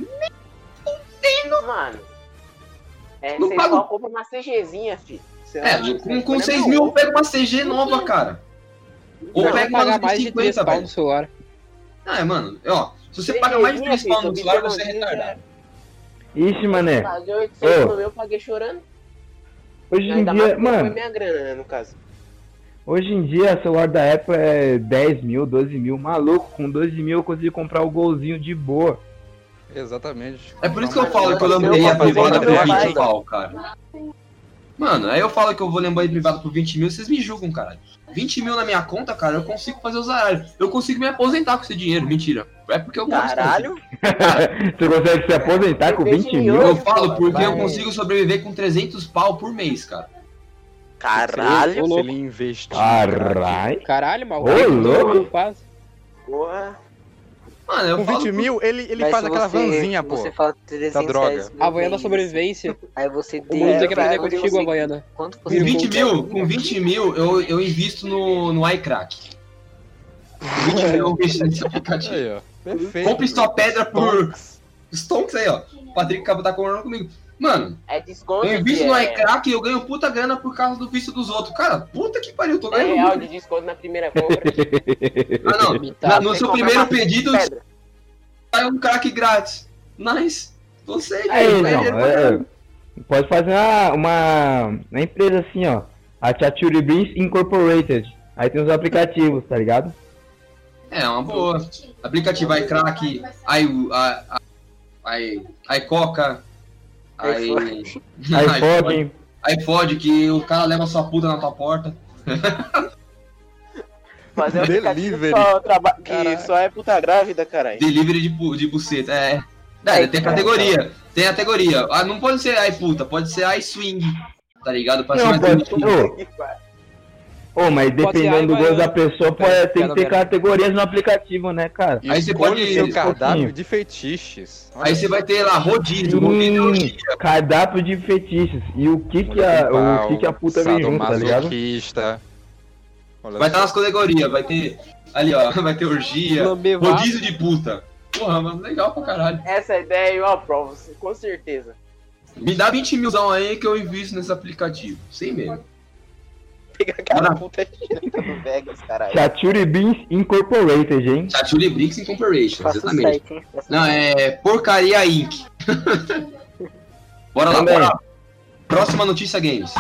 Mano. É, Não você pago- só compra uma CGzinha, filho. Você É, não- com, você com não é seis meu mil eu ovo. pego uma C G nova, cara. Ou Não, vai pego uma pagar dos mais de três cinquenta, pau velho. no celular. Ah, é, mano, ó, se você paga mais de três CGzinha, pau no filho, celular, você é bidonzinho, retardado. ixi, mané, Paguei oitocentos Ô. no meu, paguei chorando. hoje em Ainda mais dia, que foi mano, minha grana, né, no caso. hoje em dia o celular da Apple é dez mil, doze mil, maluco, com doze mil eu consegui comprar o golzinho de boa. Exatamente. É por isso que eu Mano, falo que eu eu lembrei a vou fazer privada meu por pai. vinte pau, cara. Mano, aí eu falo que eu vou lembrar em privado por vinte mil, vocês me julgam, cara. vinte mil na minha conta, cara, eu consigo fazer os horários. Eu consigo me aposentar com esse dinheiro, mentira. É porque eu gosto. Caralho. Você consegue se aposentar com vinte mil? Eu falo porque eu Vai. consigo sobreviver com trezentos pau por mês, cara. Caralho. Se louco. ele investir. Caralho. Caralho, mal. Ô, louco. Faz. Porra. Mano, eu Com falo vinte mil, ele, ele Mas faz se aquela você- vanzinha, pô. Você fala trezentos droga. reais por Havaiana mês, sobrevivência. Aí você O tem. mundo tem que aprender É, quando contigo, você- Havaiana. Quanto Com você vinte compra- mil, com vinte mil eu, eu invisto no, no iCrack. Com vinte mil eu invisto nesse aplicativo. Aí, ó. Perfeito. Compre sua pedra por Stonks. Stonks aí, ó. O Patrick acaba tá conversando comigo. Mano, É desconto. eu invisto de- no é, iCrack e eu ganho puta grana por causa do vício dos outros. Cara, puta que pariu, eu tô é ganhando real muito. de desconto na primeira compra. Ah, não. Tá, Na- no Você seu compra primeiro uma pedido, pedra. sai um crack grátis. Nice. Você Aí, ganha não, dinheiro pra é, caramba. pode fazer uma, uma, uma empresa assim, ó. A Chaturi Beans Incorporated. Aí tem os aplicativos, tá ligado? É, uma boa. Aplicativo iCrack, i, a, a, i, iCoca, i, iPod. iPod, que o cara leva sua puta na tua porta. Fazer um aplicativo Delivery. que só, traba... que Caraca. só é puta grávida, caralho. Delivery de, bu- de buceta, é. É, tem categoria, tem categoria. Ah, não pode ser iPuta, pode ser iSwing, tá ligado? Pra ser Não, mais pode. bonitinho. Ô, ô, mas Pode ser dependendo do gosto Havaiana. da pessoa, pode, tem que ter Pera, pera. categorias no aplicativo, né, cara? Aí você Escolha pode- o seu um cardápio pouquinho. de feitiços. Aí você vai ter lá rodízio, rodízio Hum, orgia. cardápio de fetiches. E o que que a, o que que a puta vem junto, tá ligado? Sadomasoquista. Olha Vai estar só. nas categorias, vai ter. Ali, ó, vai ter orgia, Lamber vaso. rodízio de puta. Porra, mano, legal pra caralho. Essa ideia eu aprovo, com certeza. Me dá vinte milzão aí que eu invisto nesse aplicativo. Sem medo. Pega aquela Bora. puta chinesa do Vegas, caralho. Chaturi Beans Incorporated, hein? Chaturi Bricks Incorporation, Faça o exatamente. site, hein? Faça o Não, site. é Porcaria Incorporated. Bora lá, Também. bora lá. Próxima notícia games.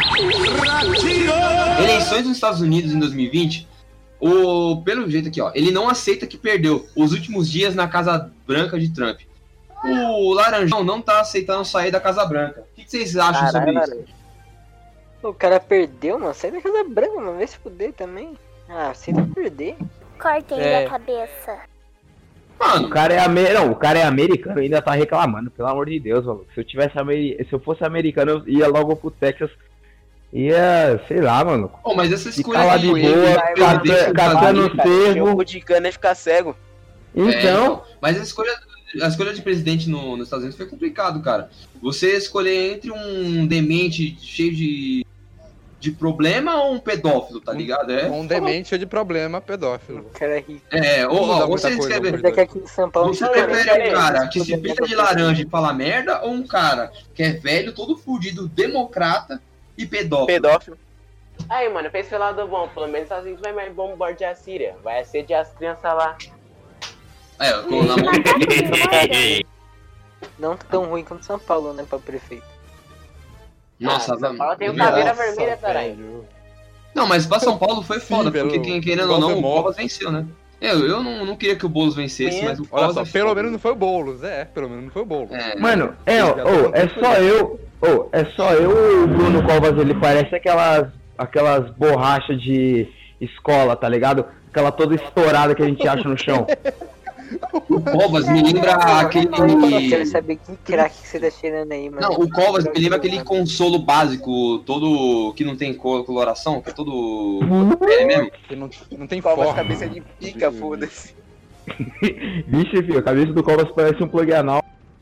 Eleições nos Estados Unidos em dois mil e vinte. O, pelo jeito aqui, ó, ele não aceita que perdeu os últimos dias na Casa Branca de Trump. O Laranjão não tá aceitando sair da Casa Branca. O que, que vocês acham Caralho, sobre isso? Laranja. O cara perdeu, mano. Sai da Casa Branca, mano. Vai se fuder também. Ah, você vai perder. Cortem É. a cabeça. O Mano, cara é amer... não, o cara é americano e ainda tá reclamando, pelo amor de Deus, mano. Se eu tivesse ameri... se eu fosse americano, eu ia logo pro Texas. Ia, sei lá, mano. oh, mas essa escolha Ficar lá de aí, boa, ele- cata- presidente dos catando Estados Unidos, cervo. Jogo de cana e ficar cego. É, Então, mas a escolha, a escolha de presidente no- nos Estados Unidos foi complicado, cara. Você escolher entre um demente cheio de, de problema ou um pedófilo, tá ligado? É, Um demente de problema pedófilo. O cara é rico. é ou, Não ó, dá muita você coisa, escreve, não. Daqui aqui em São Paulo. você não prefere tem um cara que isso, se né? pinta de laranja e fala merda ou um cara que é velho, todo fudido, democrata e pedófilo? Pedófilo. Aí, mano, pensa pelo lado bom. Pelo menos a gente vai mais bombardear a Síria. Vai assediar as crianças lá. É, eu tô na mão. Não tão ruim quanto São Paulo, né, pra prefeito. Nossa, Ah, São Paulo tem o nossa. caveira vermelha, caralho. velho. Não, mas pra São Paulo foi foda, Sim, porque pelo- quem querendo ou não, o Voldemort. Covas venceu, né? Eu, eu não, não queria que o Boulos vencesse, Sim. mas o Olha Covas só, é pelo foda. menos não foi o Boulos. É, pelo menos não foi o Boulos. É, mano, é, ó, Já ô, tá é tudo só fodido. eu, ô, é só eu ou o Bruno Covas, ele parece aquelas, aquelas borrachas de escola, tá ligado? Aquela toda estourada que a gente acha no chão. o Covas me lembra aquele... Eu quero saber que craque que você tá cheirando aí, mano. Não, o Covas me lembra aquele consolo básico, todo que não tem cor- coloração, que é todo... É mesmo? Que não, não tem Covas forma. cabeça de pica, foda-se. Vixe, filho, a cabeça do Covas parece um plug anal.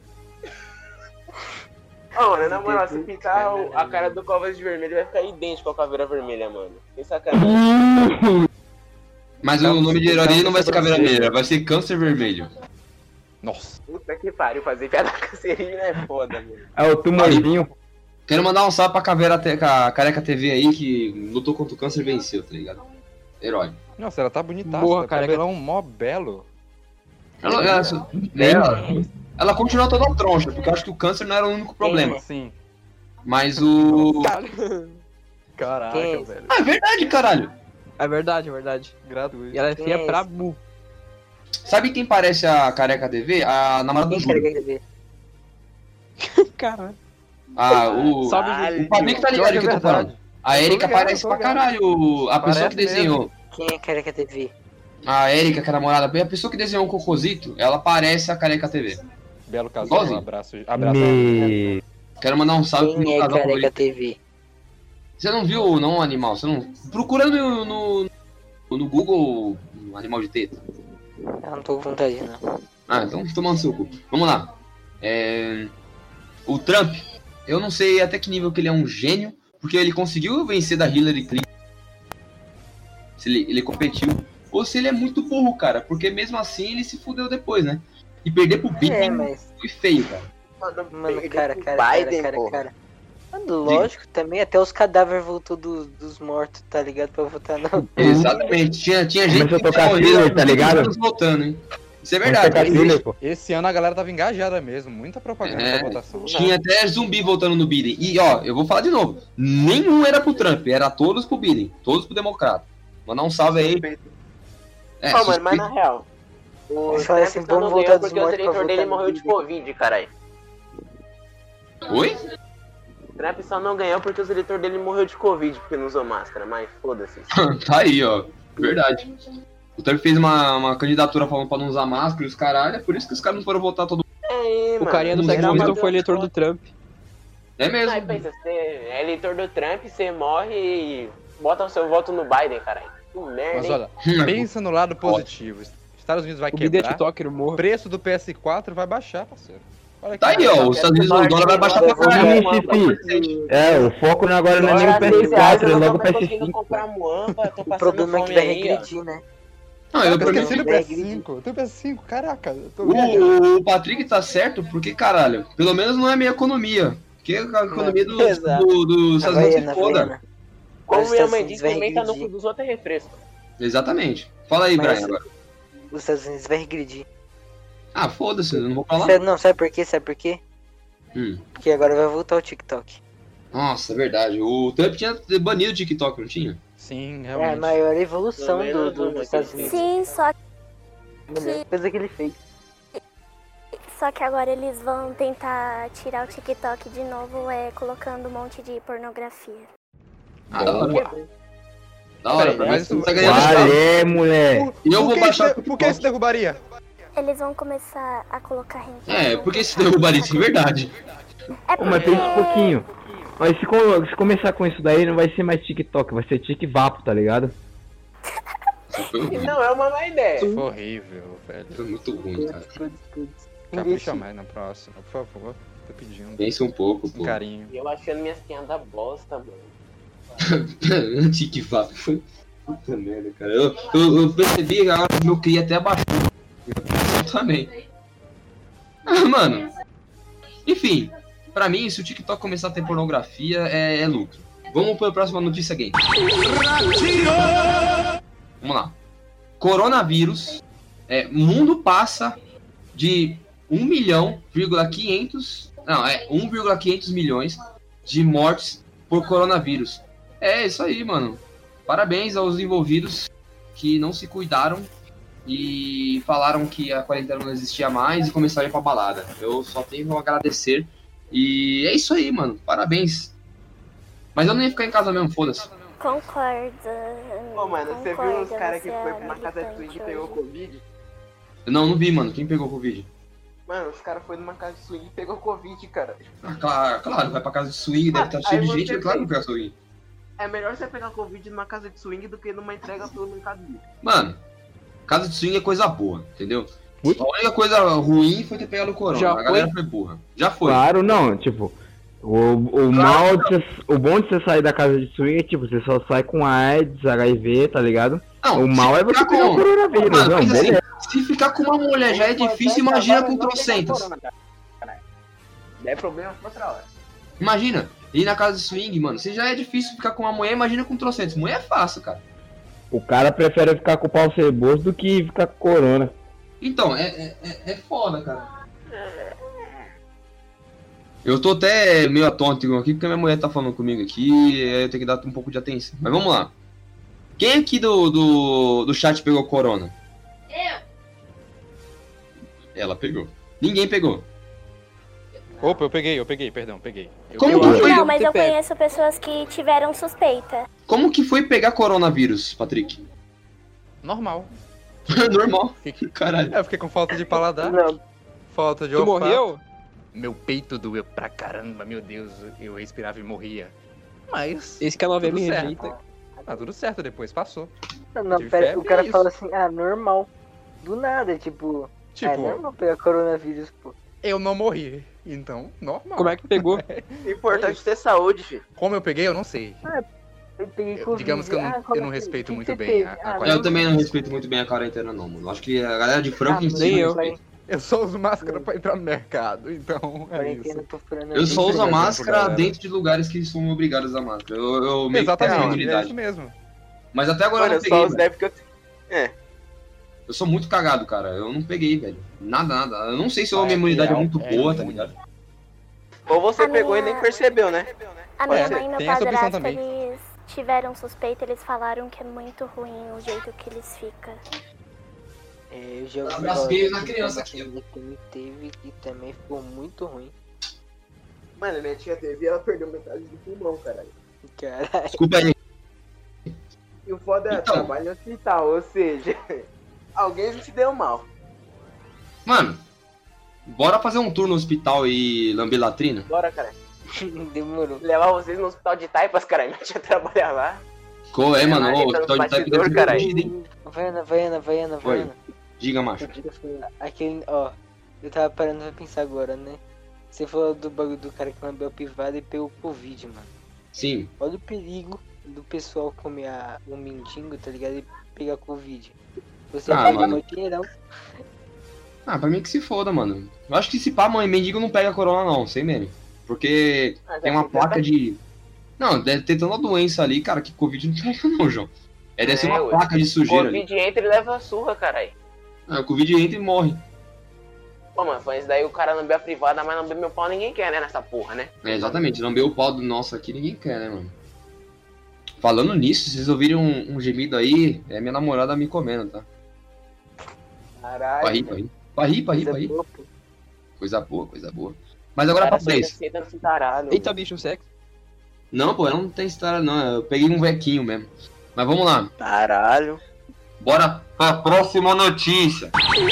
Ô, mano, na moral, se pintar o- a cara do Covas de vermelho, vai ficar idêntico à caveira vermelha, mano. Sem sacanagem. Mas o nome de herói dele não vai ser Caveira Vermelha, vai ser Câncer Vermelho. Nossa. Puta que pariu, fazer piada cancerígena é foda, mano. É o tumorzinho. Quero mandar um salve pra Caveira Te- ca- Careca T V aí, que lutou contra o câncer e venceu, tá ligado? Herói. Nossa, ela tá bonitaça. Boa, tá cara. cabelão mó belo. Ela, ela, ela, ela continua toda troncha, porque eu acho que o câncer não era o único problema. Sim. Mas o... Caraca, Quem? velho. Ah, é verdade, caralho. É verdade, é verdade. Gratuito. E ela é Quem feia é pra esse? bu. Sabe quem parece a Careca T V? A namorada do Quem quer Júlio. ver? Caralho. Ah, o... Sobe Caralho. O Patrick tá ligado Pior que que eu é tô falando. verdade. A Eu tô Erika ligado, parece eu tô pra ligado. caralho. A pessoa Parece que desenhou... Quem é careca T V? A Erika, que é a namorada, a pessoa que desenhou o Cocosito, ela parece a Careca T V. Belo casal. Igualzinho. Abraço. Abraço. Me... Quero mandar um salve pro Quem meu é casal careca favorito. T V? Você não viu, não, animal? Você não... Procura no, no, no Google um animal de teta. Eu não tô com vontade, não. Ah, então tomando seu cu. Vamos lá. É... O Trump, eu não sei até que nível que ele é um gênio, porque ele conseguiu vencer da Hillary Clinton. Se ele, ele competiu. Ou se ele é muito burro, cara, porque mesmo assim ele se fudeu depois, né? E perder pro Biden É, mas- foi feio, cara. Mano, Perder cara, pro cara, Biden, cara, cara, porra. cara. Mano, lógico, também até os cadáveres voltou do- dos mortos, tá ligado? Pra votar não. Exatamente. Tinha, tinha gente Começou a que tocar morrido, thriller, tá ligado? anos voltando, hein? Isso é Vamos verdade. tocar thriller, pô. Esse ano a galera tava engajada mesmo, muita propaganda É, pra votação. Tinha até zumbi voltando no Biden. E ó, eu vou falar de novo. Nenhum era pro Trump, era todos pro Biden. Todos pro Democrata. Mandar um salve aí. É, Pô, mano, mas suspeito. na real. O Eles falam assim, Trump só vamos não voltar ganhou dos porque o mortos pra eleitor dele votar no morreu de Biden. Covid, caralho. Oi? O Trump só não ganhou porque os eleitores dele morreu de Covid porque não usou máscara, mas foda-se. Tá aí, ó. Verdade. O Trump fez uma, uma candidatura falando pra não usar máscara e os caralho. É por isso que os caras não foram votar todo mundo. É, O mano, carinha do não Sex era Pistols uma- foi eleitor do Trump. É mesmo. Aí pensa, você é eleitor do Trump, você morre e bota o seu voto no Biden, caralho. Que merda, Mas hein? olha, pensa no lado positivo. Estados Unidos vai O Biden é quebrar, TikToker, o morro. preço do P S quatro vai baixar, parceiro. Olha Tá aí, ó. Os Estados Unidos, o dólar vai baixar pra caralho. Sim, É, o foco agora não é nem o P S quatro, é logo o P S cinco. comprar muamba, tô O passando problema é fome que vai aí, ó. regredir, né? Não, Eu eu, tô pra mim, esquecendo o P S cinco. Eu tenho o P S cinco, caraca. Eu tô vendo. o, o Patrick tá certo porque, caralho, pelo menos não é minha economia. Porque a economia do, Exato. do, dos Estados Unidos Havaiana, se foda. Havaiana. Como Os minha Estados mãe Unidos disse, vai também tá no cu regredir. dos outros é refresco. Exatamente. Fala aí, Mas- Brian, agora. Os Estados Unidos vai regredir. Ah, foda-se, eu não vou falar. Sabe- não, sabe por quê? Sabe por quê? Hum. Porque agora vai voltar o TikTok. Nossa, é verdade. O Trump tinha banido o TikTok, não tinha? Sim, É a realmente. maior evolução Também do, não do, vou dos Estados aqui. Unidos. Sim, só, A melhor coisa que ele fez. só que agora eles vão tentar tirar o TikTok de novo, é colocando um monte de pornografia. Ah, da hora. Boa. Da hora, Peraí, mas mas isso isso- tá ganhando espaço. Valeu, moleque. E eu Por vou que baixar isso- o Por que isso TikTok. derrubaria? Eles vão começar a colocar renda. É, porque se derrubar isso de verdade. É Ô, mas porque... pensa um pouquinho. Mas se, co- se começar com isso daí, não vai ser mais TikTok, vai ser TikVapo, tá ligado? Não é uma má ideia. Isso foi horrível, velho. Foi muito ruim, cara. Capricha mais na próxima, por favor. Tô pedindo. Pensa um pouco, Um pô. carinho. E eu achando minhas piadas bosta, mano. TikVapo foi. Puta merda, cara. Eu, eu, eu percebi que agora o meu C R I até abaixou. Eu também. Ah, mano. Enfim, pra mim, se o TikTok começar a ter pornografia, é, é lucro. Vamos pra próxima notícia game. Vamos lá. Coronavírus. É, mundo passa de um milhão, vírgula quinhentos. Não, é um vírgula quinhentos milhões de mortes por coronavírus. É isso aí, mano. Parabéns aos envolvidos que não se cuidaram e falaram que a quarentena não existia mais e começaram a ir pra balada. Eu só tenho a agradecer. E é isso aí, mano. Parabéns. Mas eu não ia ficar em casa mesmo, foda-se. Concordo. Pô, mano, você viu concordo, os caras que você foi é pra uma casa de militante swing e pegou hoje. Covid? Não, não vi, mano. Quem pegou Covid? Mano, os caras foram numa casa de swing e pegou Covid, cara. Ah, claro, claro, vai pra casa de swing, deve estar Aí cheio de você gente, é claro que pensa. vai swing. É melhor você pegar Covid numa casa de swing do que numa entrega pelo Mercado Livre. Mano, casa de swing é coisa boa, entendeu? A única coisa ruim foi ter pegado o corona. Já a galera foi burra. Já foi. Claro, não, tipo, o, o mal, de você- o bom de você sair da casa de swing é tipo, você só sai com AIDS, H I V, tá ligado? Não, O mal se é você ficar pegar o coronavírus, Mano, não, pensa assim, beleza. se ficar com uma mulher já é difícil, imagina com trocentas. É problema pra outra hora. Imagina, ir na casa de swing, mano, se já é difícil ficar com uma mulher, imagina com trocentas. Mulher é fácil, cara. O cara prefere ficar com o pau ceboso do que ficar com corona. Então, é, é, é- é foda, cara. Eu tô até meio atônito aqui, porque minha mulher tá falando comigo aqui, e aí eu tenho que dar um pouco de atenção. Mas vamos lá. Quem aqui do, do, do chat pegou corona? Eu. Ela pegou. Ninguém pegou. Opa, eu peguei, eu peguei, perdão, peguei. Eu Como peguei. que foi? Não, mas eu Você pega. conheço pessoas que tiveram suspeita. Como que foi pegar coronavírus, Patrick? Normal. Normal. Fiquei- Caralho. Eu fiquei com falta de paladar, Não, falta de Tu olfato. morreu? Meu peito doeu pra caramba, meu Deus, eu respirava e morria. Mas, Esse canal vem tudo me certo. rejeita. Ah, tudo certo depois, passou. não, não, Tive pera, febre, o cara é fala isso. assim, ah, normal. Do nada, tipo, É Tipo, normal pegar coronavírus, pô. eu não morri, então, normal. Como é que pegou? O importante é ter saúde, filho. Como eu peguei, eu não sei. Eu peguei Eu- Covid. digamos que eu não- Ah, como eu não é que- respeito que muito você bem teve? a- a Ah, quarentena. Eu também não respeito muito bem a quarentena, não, mano. Acho que a galera de Franca Ah, em si nem não eu. respeita. Eu só uso máscara pra entrar no mercado, então é Quarentena, isso. tô furando Eu a só uso a exemplo, máscara galera. dentro de lugares que são obrigados a máscara. Eu, eu meio que tenho essa Exatamente, é habilidade. isso mesmo. Mas até agora Mano, eu eu não só peguei, uso velho. daí porque eu. Eu sou muito cagado, cara. Eu não peguei, velho. Nada, nada. Eu não sei se a É, minha imunidade é, é, muito é boa, tá imune. ligado? Ou você A pegou e minha- nem percebeu, né? A minha Ué, mãe e meu tem essa opção padrasto, também. eles tiveram suspeita, eles falaram que é muito ruim o jeito que eles ficam. É, eu já ouvi Abraço falar gay de na uma criança tia que me teve que também ficou muito ruim. Mano, minha tia teve e ela perdeu metade do pulmão, caralho. Caralho. Desculpa aí. E o foda é Então. trabalho no hospital, ou seja, alguém se deu mal. Mano, bora fazer um tour no hospital e lamber latrina? Bora, cara. Demorou. Levar vocês no hospital de Taipas, cara. Minha tia trabalha lá. Qual é, mano? Ela Ô, O entra hospital no de Taipa bastidor, deve ser caralho. fudido, hein? Vaiana, Vaiana, Vaiana, Oi. Vaiana. Diga, macho. Aquele, ó, eu tava parando pra pensar agora, né? Você falou do bagulho do cara que lambeu a privada e pegou Covid, mano. Sim. Olha o perigo do pessoal comer a, um mendigo, tá ligado? E pegar Covid. Você Ah, pega mano. o dinheirão. Ah, pra mim que se foda, mano. Eu acho que se pá, mãe, mendigo não pega corona não, sem meme. Porque Ah, já tem uma pegou, placa tá? de... Não, deve ter tanta doença ali, cara, que Covid não pega não, João. É, deve ser É, uma ué. placa de sujeira ali. Covid entra e leva a surra, caralho. Ah, o Covid entra e morre. Pô, mano, foi isso daí o cara lambeu a privada, mas lambeu meu pau ninguém quer, né, nessa porra, né? É, exatamente, lamber o pau do nosso aqui ninguém quer, né, mano? Falando nisso, se vocês ouvirem um, um gemido aí, é minha namorada me comendo, tá? Caralho. Pra rir, pra rir. Pra rir, pra rir, pra rir. Coisa boa, pô. Coisa boa, coisa boa. Mas agora Cara, pra vocês. esse caralho. Eita, bicho, sexo. Não, pô, não tem história não, eu peguei um vequinho mesmo. Mas vamos lá, Caralho. bora pra próxima notícia.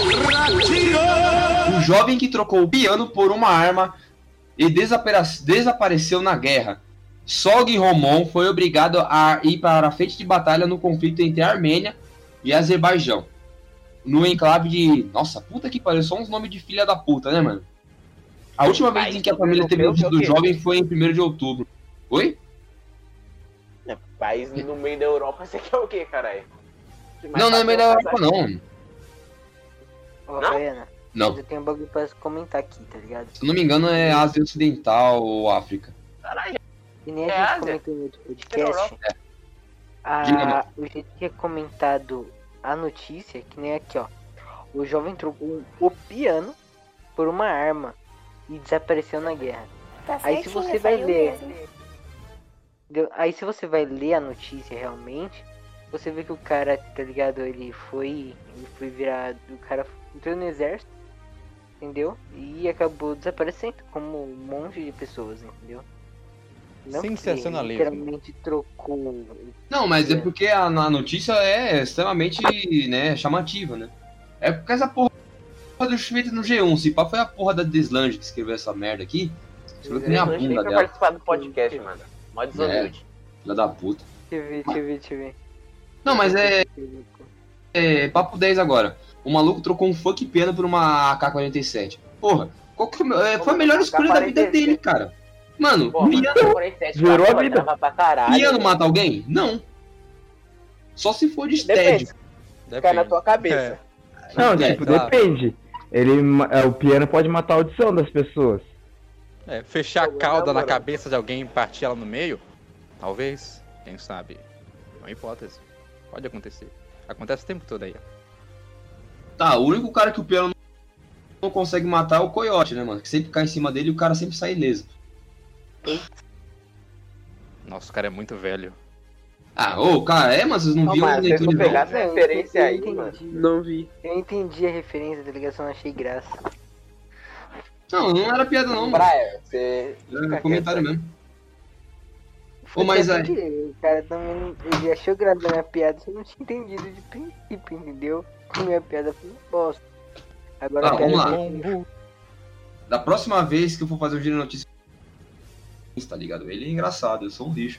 O jovem que trocou o piano por uma arma e desapare- desapareceu na guerra. Sog Romon foi obrigado a ir para a frente de batalha no conflito entre a Armênia e Azerbaijão. No enclave de... Nossa, puta que pariu, só uns nomes de filha da puta, né, mano? A última vez País em que a família teve europeu, notícia que é do o quê? jovem foi em primeiro de outubro. Oi? É, país no meio da Europa, você quer o quê, caralho? Não, não é meio da Europa, não. Ó, Não? Vaiana, Não. eu tenho um bagulho pra comentar aqui, tá ligado? Se eu não me engano, é Ásia Ocidental ou África. Caralho, E nem É a gente Ásia? comentou no outro é podcast. Europa. Diga, A, mano. o jeito que é comentado a notícia, que nem aqui, ó. O jovem trocou o piano por uma arma e desapareceu na guerra. Tá Aí se certinho, você vai saiu ler, mesmo. Deu- Aí se você vai ler a notícia realmente, você vê que o cara, tá ligado? Ele foi. Ele foi virar. O cara entrou no exército, entendeu? E acabou desaparecendo como um monte de pessoas, entendeu? Não que ele Sensacionalismo. literalmente trocou. Não, mas é porque a, a notícia é extremamente, né, chamativa, né? É porque essa porra do feita no G um. Se pá foi a porra da Deslange que escreveu essa merda aqui. Escreveu que nem a Eu não bunda pra dela. participar do podcast, mano. Mó desumilde. Filha da puta. Deixa eu ver, deixa eu ver, deixa eu ver. Não, mas é, é papo dez agora. O maluco trocou um funk piano por uma A K quarenta e sete. Porra, qual que, é, foi a melhor escolha da vida dele, cara. Mano, Pô, mano, piano, quarenta e sete, Zerou a pô, vida. trava pra caralho. piano velho. mata alguém? Não. Só se for de estédio. Depende, cai na tua cabeça. Não, É, tipo, tá. depende. Ele, ma- é, o piano pode matar a audição das pessoas. É, fechar a Pô, cauda na na moral. cabeça de alguém e partir ela no meio? Talvez, quem sabe. É uma hipótese. Pode acontecer. Acontece o tempo todo aí, ó. Tá, o único cara que o piano não consegue matar é o coiote, né, mano? Que sempre cai em cima dele e o cara sempre sai ileso. Nossa, o cara é muito velho. Ah, ô, cara, é, mas vocês não Não, viram o mas vocês leitor não de pegaram volta? essa referência Eu aí, entendi. mano. Não vi. Eu entendi a referência da ligação, achei graça. Não, não era piada não, mano. Praia, você. Era comentário mesmo. Foi Ô, mas até aí- porque O cara também ele achou graça da minha piada, você não tinha entendido de princípio, entendeu? A minha piada foi um bosta. Agora Tá, eu quero vamos lá. ver- Da próxima vez que eu for fazer um giro de notícias, tá ligado? Ele é engraçado, eu sou um lixo.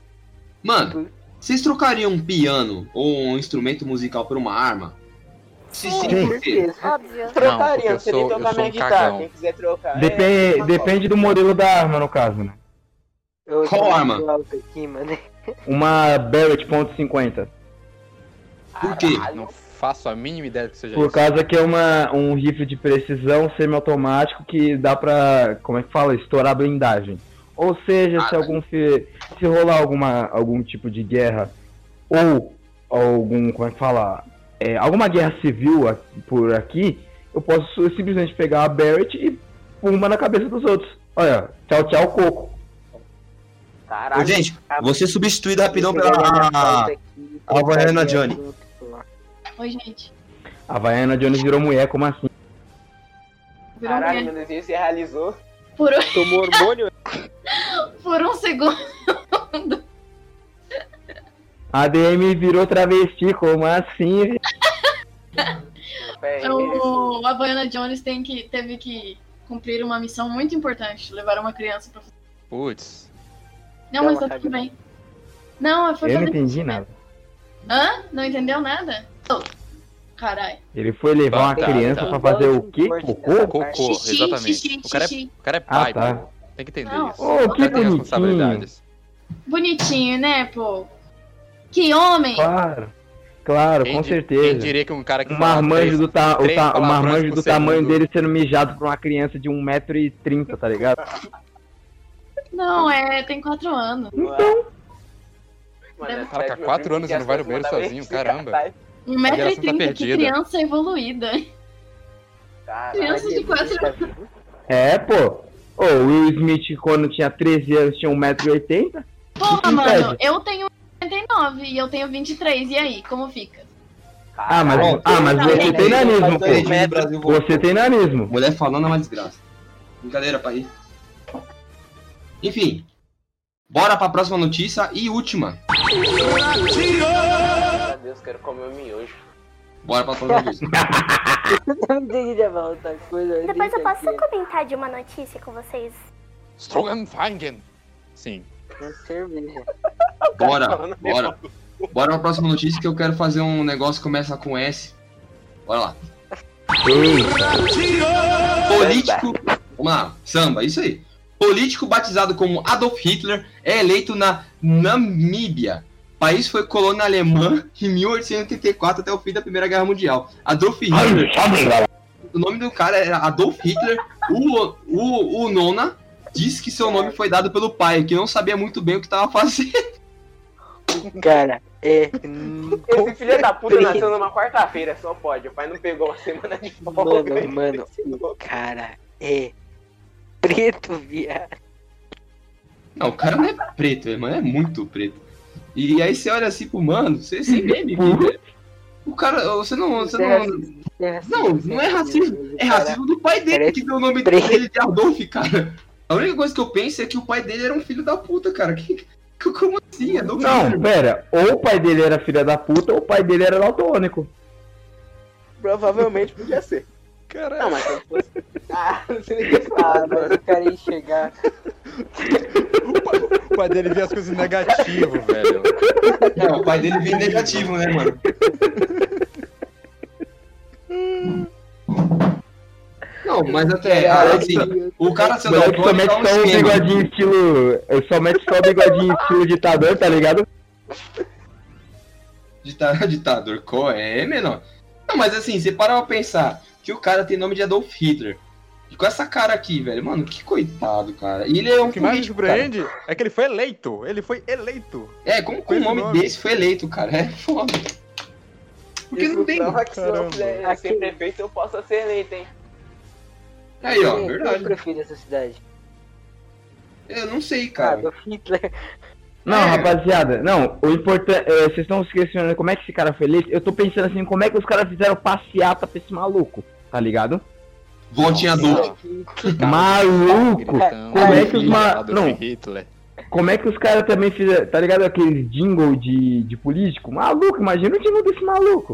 Mano, vocês trocariam um piano ou um instrumento musical por uma arma? Se Sim, sim, por quê? óbvio. Não, Trocaria, porque eu não sei nem sou, eu tocar sou minha um guitarra. cagão. Quem quiser trocar. Depen- é uma depende do modelo da arma, no caso, né? Eu Qual tô arma? muito alto aqui, mano. Uma Barrett ponto cinquenta. Por quê? Não faço a mínima ideia do que seja Por isso. causa que é uma, um rifle de precisão semiautomático que dá pra, como é que fala, estourar blindagem. Ou seja, se algum fi- se rolar alguma, algum tipo de guerra ou algum, como é que fala, é, alguma guerra civil a- por aqui, eu posso simplesmente pegar a Barrett e pumba na cabeça dos outros. Olha, tchau tchau coco. Caralho. Ô, gente, cara. vou ser substituído rapidão Vou pegar minha pela pauta aqui, a Havaiana trocar Johnny. de assunto. Oi, gente. A Havaiana Jones virou mulher, como assim? Virou Caralho, mulher. meu desejo se realizou. Por, Tomou hormônio? por um segundo. A D M virou travesti, como assim? É, O Havaiana Jones tem que, teve que cumprir uma missão muito importante. Levar uma criança pra fazer. Putz. Não, mas tá tudo bem. Não, foi Eu não fazer entendi xixi nada. mesmo. Hã? Não entendeu nada? Oh, caralho. Ele foi levar uma Tá, criança tá. pra fazer o quê? Cocô? Cocô, Xixi, exatamente. xixi, o, cara é, xixi. o cara é Ah, pai, tá. pô. Tem que entender Não. isso. Ô, o que cara tem bonitinho. responsabilidades. Bonitinho, né, pô? Que homem! Claro, claro, Quem com di- certeza. Quem diria que um cara que Um fala marmanjo três- do, ta o três ta o palavrões marmanjo por do tamanho segundo. dele sendo mijado por uma criança de um metro e trinta, tá ligado? Não, é, tem quatro anos. Então, Mano, Cara, é com quatro meu anos primo e não vai no que banheiro as coisas sozinho, mandam caramba. bem, Um metro e geração tá trinta, que perdida. criança evoluída. Caralho. Criança de quatro anos. é, pô. Ô, o Will Smith, quando tinha treze anos, tinha um metro e oitenta. Porra, que mano, impede? eu tenho oitenta e nove e eu tenho vinte e três. E aí, como fica? Ah, mas, Bom, ah, mas você tem- tem nanismo, Dois do pô. Brasil voltou. Você tem nanismo. Mulher falando é uma desgraça. Brincadeira, pai. Enfim. Bora pra próxima notícia e última. Meu Deus, quero comer o miojo. Bora pra próxima notícia. Eu não entendi de outra coisa. Depois eu deixa posso aqui. comentar de uma notícia com vocês? Strogenfangen. Sim. Com cerveja. Bora, bora. Bora pra próxima notícia que eu quero fazer um negócio que começa com S. Bora lá. Político. Vamos lá, samba, isso aí. Político batizado como Adolf Hitler é eleito na Namíbia. O país foi colônia alemã em mil oitocentos e oitenta e quatro até o fim da Primeira Guerra Mundial. Adolf Hitler. O nome do cara era Adolf Hitler. O, o, o Nona disse que seu nome foi dado pelo pai, que não sabia muito bem o que estava fazendo. Cara, é. Esse filho da puta nasceu numa quarta-feira, só pode. O pai não pegou uma semana de folga. Mano, mano, o cara é preto, viado. Não, o cara não é preto, é, mano, é muito preto. E aí você olha assim pro mano, você sem meme aqui, velho. O cara, você não. Você Isso é não, racismo, isso é racismo, não, isso não é racismo. O É cara- racismo do pai dele, parece que deu o nome preto. dele de Adolf, cara. A única coisa que eu penso é que o pai dele era um filho da puta, cara. Que, que- como assim? Adolf Não, Hitler? pera. Ou o pai dele era filha da puta, ou o pai dele era daltônico. Provavelmente podia ser. Caralho. Não, mas se fosse. Ah, não sei nem o que falar, Ah, mas mano. o cara ia chegar. O pai dele vê as coisas negativo, velho. Não, o pai dele vem negativo, né, mano? Não, mas até, assim, o cara sendo Moleque só daltônico mete é um só o esquema. bigodinho estilo. Só mete só o bigodinho estilo ditador, tá ligado? Dita- Ditador, qual é, menor? Não, mas assim, você para pra pensar que o cara tem nome de Adolf Hitler. E com essa cara aqui, velho, mano, que coitado, cara. E ele é um O que mais me político, cara. surpreende é que ele foi eleito. Ele foi eleito. É, como com Com um esse nome, nome. desse foi eleito, cara. É foda. Porque Isso não tem. prova que se eu Caramba. puder ser prefeito, eu posso ser eleito, hein? Aí, ó, Quem- Quem verdade. prefere essa cidade? Eu não sei, Ah, cara. Adolf Hitler. Não, É. rapaziada, não, o importante. é, vocês estão se questionando como é que esse cara foi eleito? Eu tô pensando assim, como é que os caras fizeram passeata pra esse maluco, tá ligado? Voltinha Adolf. Maluco! Gritando, Como é que os ma... Adolf Não, Hitler. como é que os caras também fizeram, tá ligado? Aqueles jingle de, de político? Maluco, imagina o jingle desse maluco.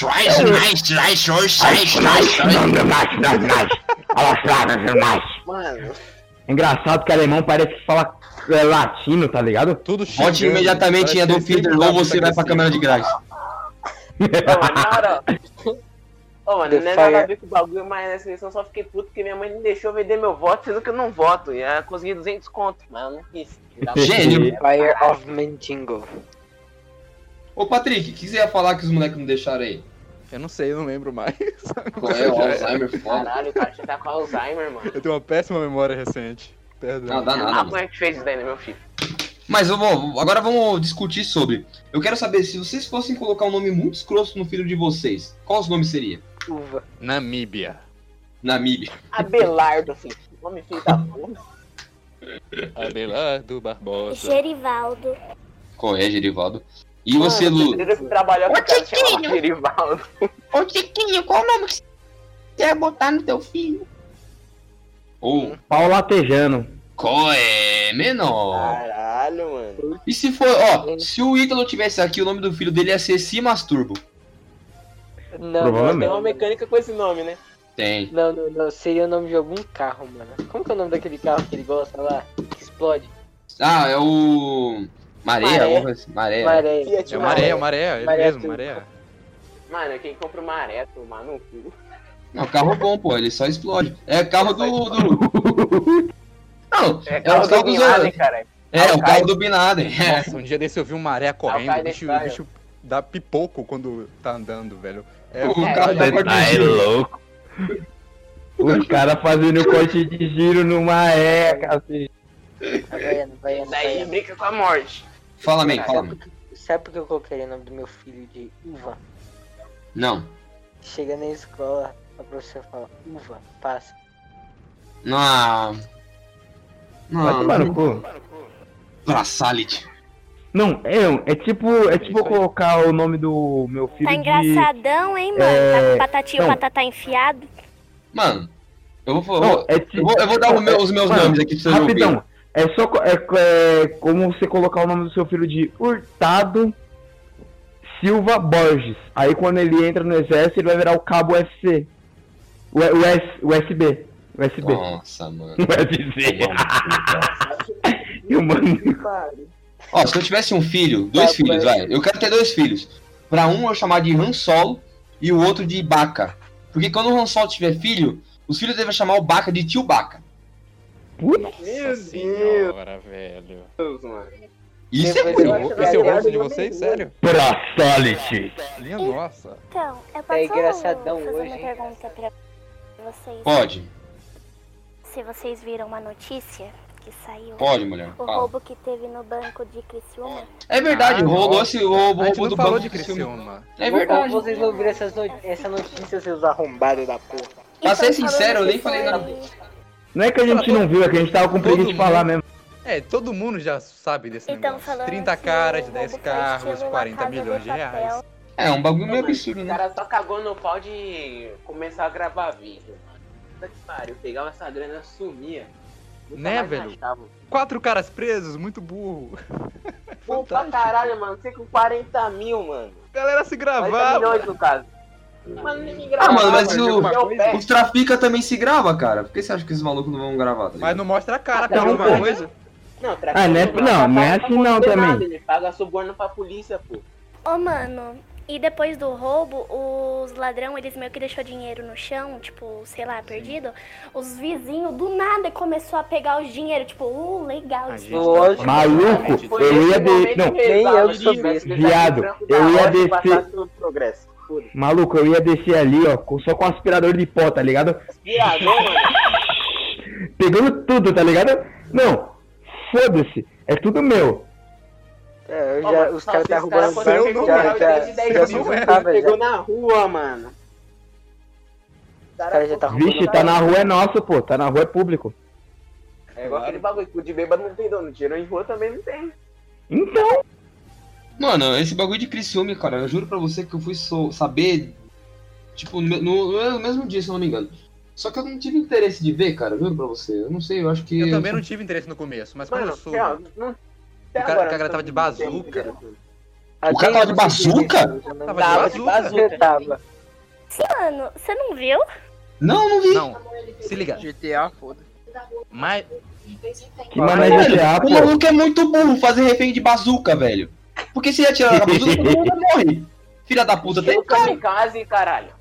Mano, Engraçado que alemão parece que fala é, latino, tá ligado? Tudo Vote xingando, imediatamente em parece Adolf que ele Hitler sempre ou tá você vai pra agressivo. câmera de gás. não, na hora, Ô, mano, The não é nada a Fire- ver com o bagulho, mas nessa eleição eu só fiquei puto porque minha mãe não deixou vender meu voto, sendo que eu não voto. E ia conseguir duzentos conto, mas eu não quis. Gênio. Fire of Mandingo. Ô, Patrick, o que você ia falar que os moleques não deixaram aí? Eu não sei, eu não lembro mais. Qual é o Alzheimer foda? Caralho, o cara já tá com Alzheimer, mano. Eu tenho uma péssima memória recente. Perdão. Não, dá nada, A mano. mãe que fez isso daí, né, meu filho? Mas eu vou, agora vamos discutir sobre. Eu quero saber, se vocês fossem colocar um nome muito escroto no filho de vocês, qual os nomes seria? Uva. Namíbia. Namíbia. Abelardo, filho. Nome filho da porra. Abelardo Barbosa. Gerivaldo. Qual é, Gerivaldo? E você, Lu? Eu que trabalhar com o cara chamado Gerivaldo. Ô, Tiquinho, qual o nome que você quer botar no teu filho? Ou, Pau latejando. qual é, menor? Caralho, mano. E se for, ó, se o Ítalo tivesse aqui, o nome do filho dele ia ser Se Masturbo. Não, Provavelmente. Tem não, uma mecânica com esse nome, né? Tem. não, não, não, seria o nome de algum carro, mano. Como que é o nome daquele carro que ele gosta lá? Que explode? Ah, é o... Maré, Maré. alguma coisa assim. Maré. Maré. Fiat É o Maré, é o Maré, é ele Maré mesmo, tudo. Maré. Mano, quem compra uma maré, tomar no cu. Não, carro bom, pô, ele só explode. É carro do... do... Não, É é carro o do carro Bin dos... Laden, caralho. É, o Al-Qaeda. carro do Bin Laden. É. Nossa, um dia desse eu vi um maré correndo, o Al-Qaeda bicho, o style. bicho dá pipoco quando tá andando, velho. É, O é, carro da é, Ford Tá é Giro. louco. Os caras fazendo corte de giro numa é, cacete. Havaiano, Havaiano, Daí Havaiano. brinca com a morte. Fala, man, fala, man. Sabe por que eu colocaria o nome do meu filho de Uva? Não. Chega na escola, a professora fala, Uva, passa. Não. Vai tomar Não. no cu. Braçalite. Não, é, é tipo, é tipo eu colocar o nome do meu filho Tá de... engraçadão, hein, mano? É, Tá com patatinho, não. patatá enfiado. Mano, eu vou, Não, eu, é ti- eu vou, eu vou dar o meu- os meus Mano, nomes aqui pra vocês Rapidão, ouvirem. é só co- é, é como você colocar o nome do seu filho de Hurtado Silva Borges. Aí quando ele entra no exército, ele vai virar o cabo U F C. O, o, S, o S B. O S B. Nossa, mano. O F C. E o mano... Ó, se eu tivesse um filho, dois Tá, filhos, mas- vai. Eu quero ter dois filhos. Pra um eu chamar de Han Solo e o outro de Baca. Porque quando o Han Solo tiver filho, os filhos devem chamar o Baca de tio Baca. Nossa senhora, velho. Deus, mano. Isso é Depois bom. eu acho Esse é o que- rosto de vocês? Sério? Braçalite. Minha nossa. Então, eu Tá posso engraçadão fazer hoje, uma hein? pergunta pra vocês? Pode, Se vocês viram uma notícia que saiu. pode, mulher. O Fala. roubo que teve no banco de Criciúma. É verdade, Ah, rolou nossa. esse roubo, A gente roubo não do falou banco de do filme. Criciúma. É Como verdade. vocês não viram essas no... essa notícia, seus arrombados da porra? Pra ser Então, sincero, eu falando nem que falei foi- nada. Não é que a gente não viu, é que a gente tava com preguiça de Todo falar mundo. mesmo. É, todo mundo já sabe desse Então, negócio. falando trinta que caras, o dez roubo foi carros, estilo quarenta La Casa milhões de de reais. Papel. É, um bagulho meio Mano, absurdo, O né? cara só cagou no pau de começar a gravar vídeo. Puta que pariu, pegava essa grana e sumia. Nunca Né, mais velho? achava. Quatro caras presos, muito burro. Pô, pra Fantástico. caralho, mano. Você com quarenta mil, mano. Galera se quarenta gravava. milhões no caso. Mano, ninguém grava. Ah, mano, mas o- Meu pé. Os trafica também se grava, cara. Por que você acha que esses malucos não vão gravar? Tá Mas ligado? não mostra a cara, Ah, cara, não, alguma mas- coisa. Não, Ah, não é- não, não é assim não também. Ele paga suborno pra polícia, pô. Ô, mano, e depois do roubo, os ladrão, eles meio que deixou dinheiro no chão, tipo, sei lá, perdido. Os vizinhos, do nada, começou a pegar os dinheiro, tipo, uh, legal. A isso gente Lógico. tá Maluco, Foi eu nesse ia de... momento Não, que nem rezava, eu se sou tivesse besta. que Viado, branco da eu ia rocha e descer- passasse pelo progresso. Foda-se. maluco, eu ia descer ali, ó, com- só com aspirador de pó, tá ligado? Viado, mano. Pegando tudo, tá ligado? Não, foda-se, é tudo meu. É, eu Ó, já, mano, os só caras se tá os caras roubando fossem eu banco, não pegar já, o já, três de dez já mil, suspeitava, pegou já. na rua, mano. Os caras já tá roubando Vixe, tá na rua é nosso, pô, tá na rua é público. É igual aquele bagulho que o de bêbado não tem dono, tirou em rua também não tem. Então, Mano, esse bagulho de Criciúma, cara, eu juro pra você que eu fui so- saber, tipo, no, no- no mesmo dia, se eu não me engano. Só que eu não tive interesse de ver, cara, juro pra você. Eu não sei, eu acho que... Eu também não tive interesse no começo, mas quando Mano, eu soube. ó, não, O cara- o cara tava de bazuca. O cara tava de bazuca? Tava Tava de de bazuca. bazuca. Tava. Mano, você não viu? Não, não vi. Não, se liga. G T A, foda. Mas que mané Velho, G T A, o pô. maluco é muito burro fazer refém de bazuca, velho. Porque se atirar na bazuca, todo mundo morre. Filha da puta, tem Tem um cara. kamikaze, caralho.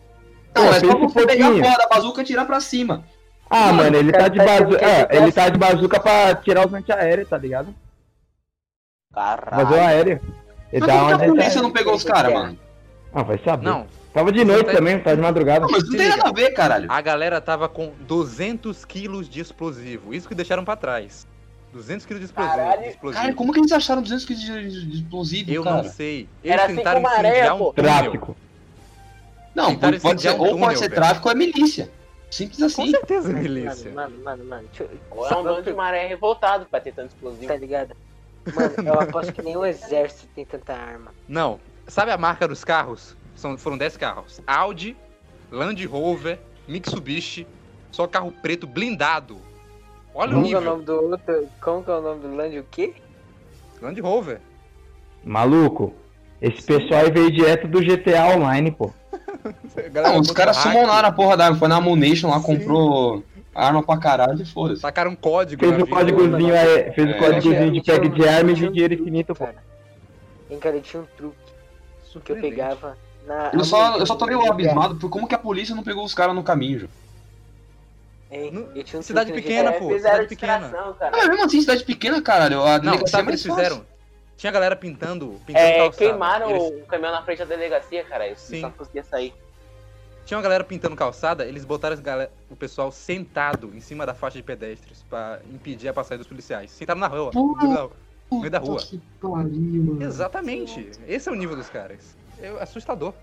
Não, Pô, é só pensa um você pegar a pouquinho. porra da bazuca e tirar pra cima. Ah, mano, ele tá de bazuca. É, que ele tá de bazuca pra tirar os antiaéreos, tá ligado? Caralho. Fazer o aéreo. Ele Mas dá como que uma a polícia antiaérea. não pegou os caras, mano? Ah, vai saber. Não, Tava de noite também, tava de madrugada. Não, mas não Se tem liga. nada a ver, caralho. a galera tava com duzentos quilos de explosivo. Isso que deixaram pra trás. duzentos quilos de explosivo. Caralho. de explosivo. Cara, como que eles acharam duzentos quilos de, de explosivo, Eu cara? não sei. Eles Era assim tentaram como areia, incendiar um pô. túnel. Tráfico. Não, Tentaram pode, pode ser, incendiar um ou túnel, pode ser velho. tráfico ou é milícia. Simples Com assim. certeza, Mano, milícia. mano, mano, mano. Deixa eu... Ou é um dono de maré revoltado pra ter tanto explosivo. Tá ligado? Mano, eu aposto que nem o exército tem tanta arma. Não. Sabe a marca dos carros? São, foram dez carros. Audi, Land Rover, Mitsubishi. Só carro preto blindado. Olha o Como que é o nível. nome do outro? Como que é o nome do Land o quê? Land Rover. Maluco, esse pessoal aí veio direto do G T A Online, pô. A galera Não, os botou caras hack, summonaram a porra da arma. Foi na Ammunition lá, Sim. comprou arma pra caralho e foda-se. Tacaram um código. Fez na o vida. códigozinho aí, fez o É. códigozinho de Tinha- pack de tinha um- arma e tinha de um dinheiro truque, infinito, pô. cara. Em cara, tinha um truque que eu Surpreendente. pegava na. Eu só, eu só tô Ammunition, meio eu abismado por como que a polícia não pegou os caras no caminho, Jô. Hein? No- Eu tinha um cidade truque no pequena, G T A. pô. Fizeram cidade pequena. distração, cara. Ah, mesmo assim, cidade pequena, caralho. A Não, delegacia sabe é o que eles mais fácil. fizeram? Tinha galera pintando, pintando É, calçada. queimaram Eles- o caminhão na frente da delegacia, cara. Eu Sim. só não conseguia sair. Tinha uma galera pintando calçada, eles botaram as galera- o pessoal sentado em cima da faixa de pedestres pra impedir a passagem dos policiais. Sentaram na rua, no meio da, no meio da rua. Puta que pariu, mano. Exatamente. Esse é o nível dos caras. É assustador.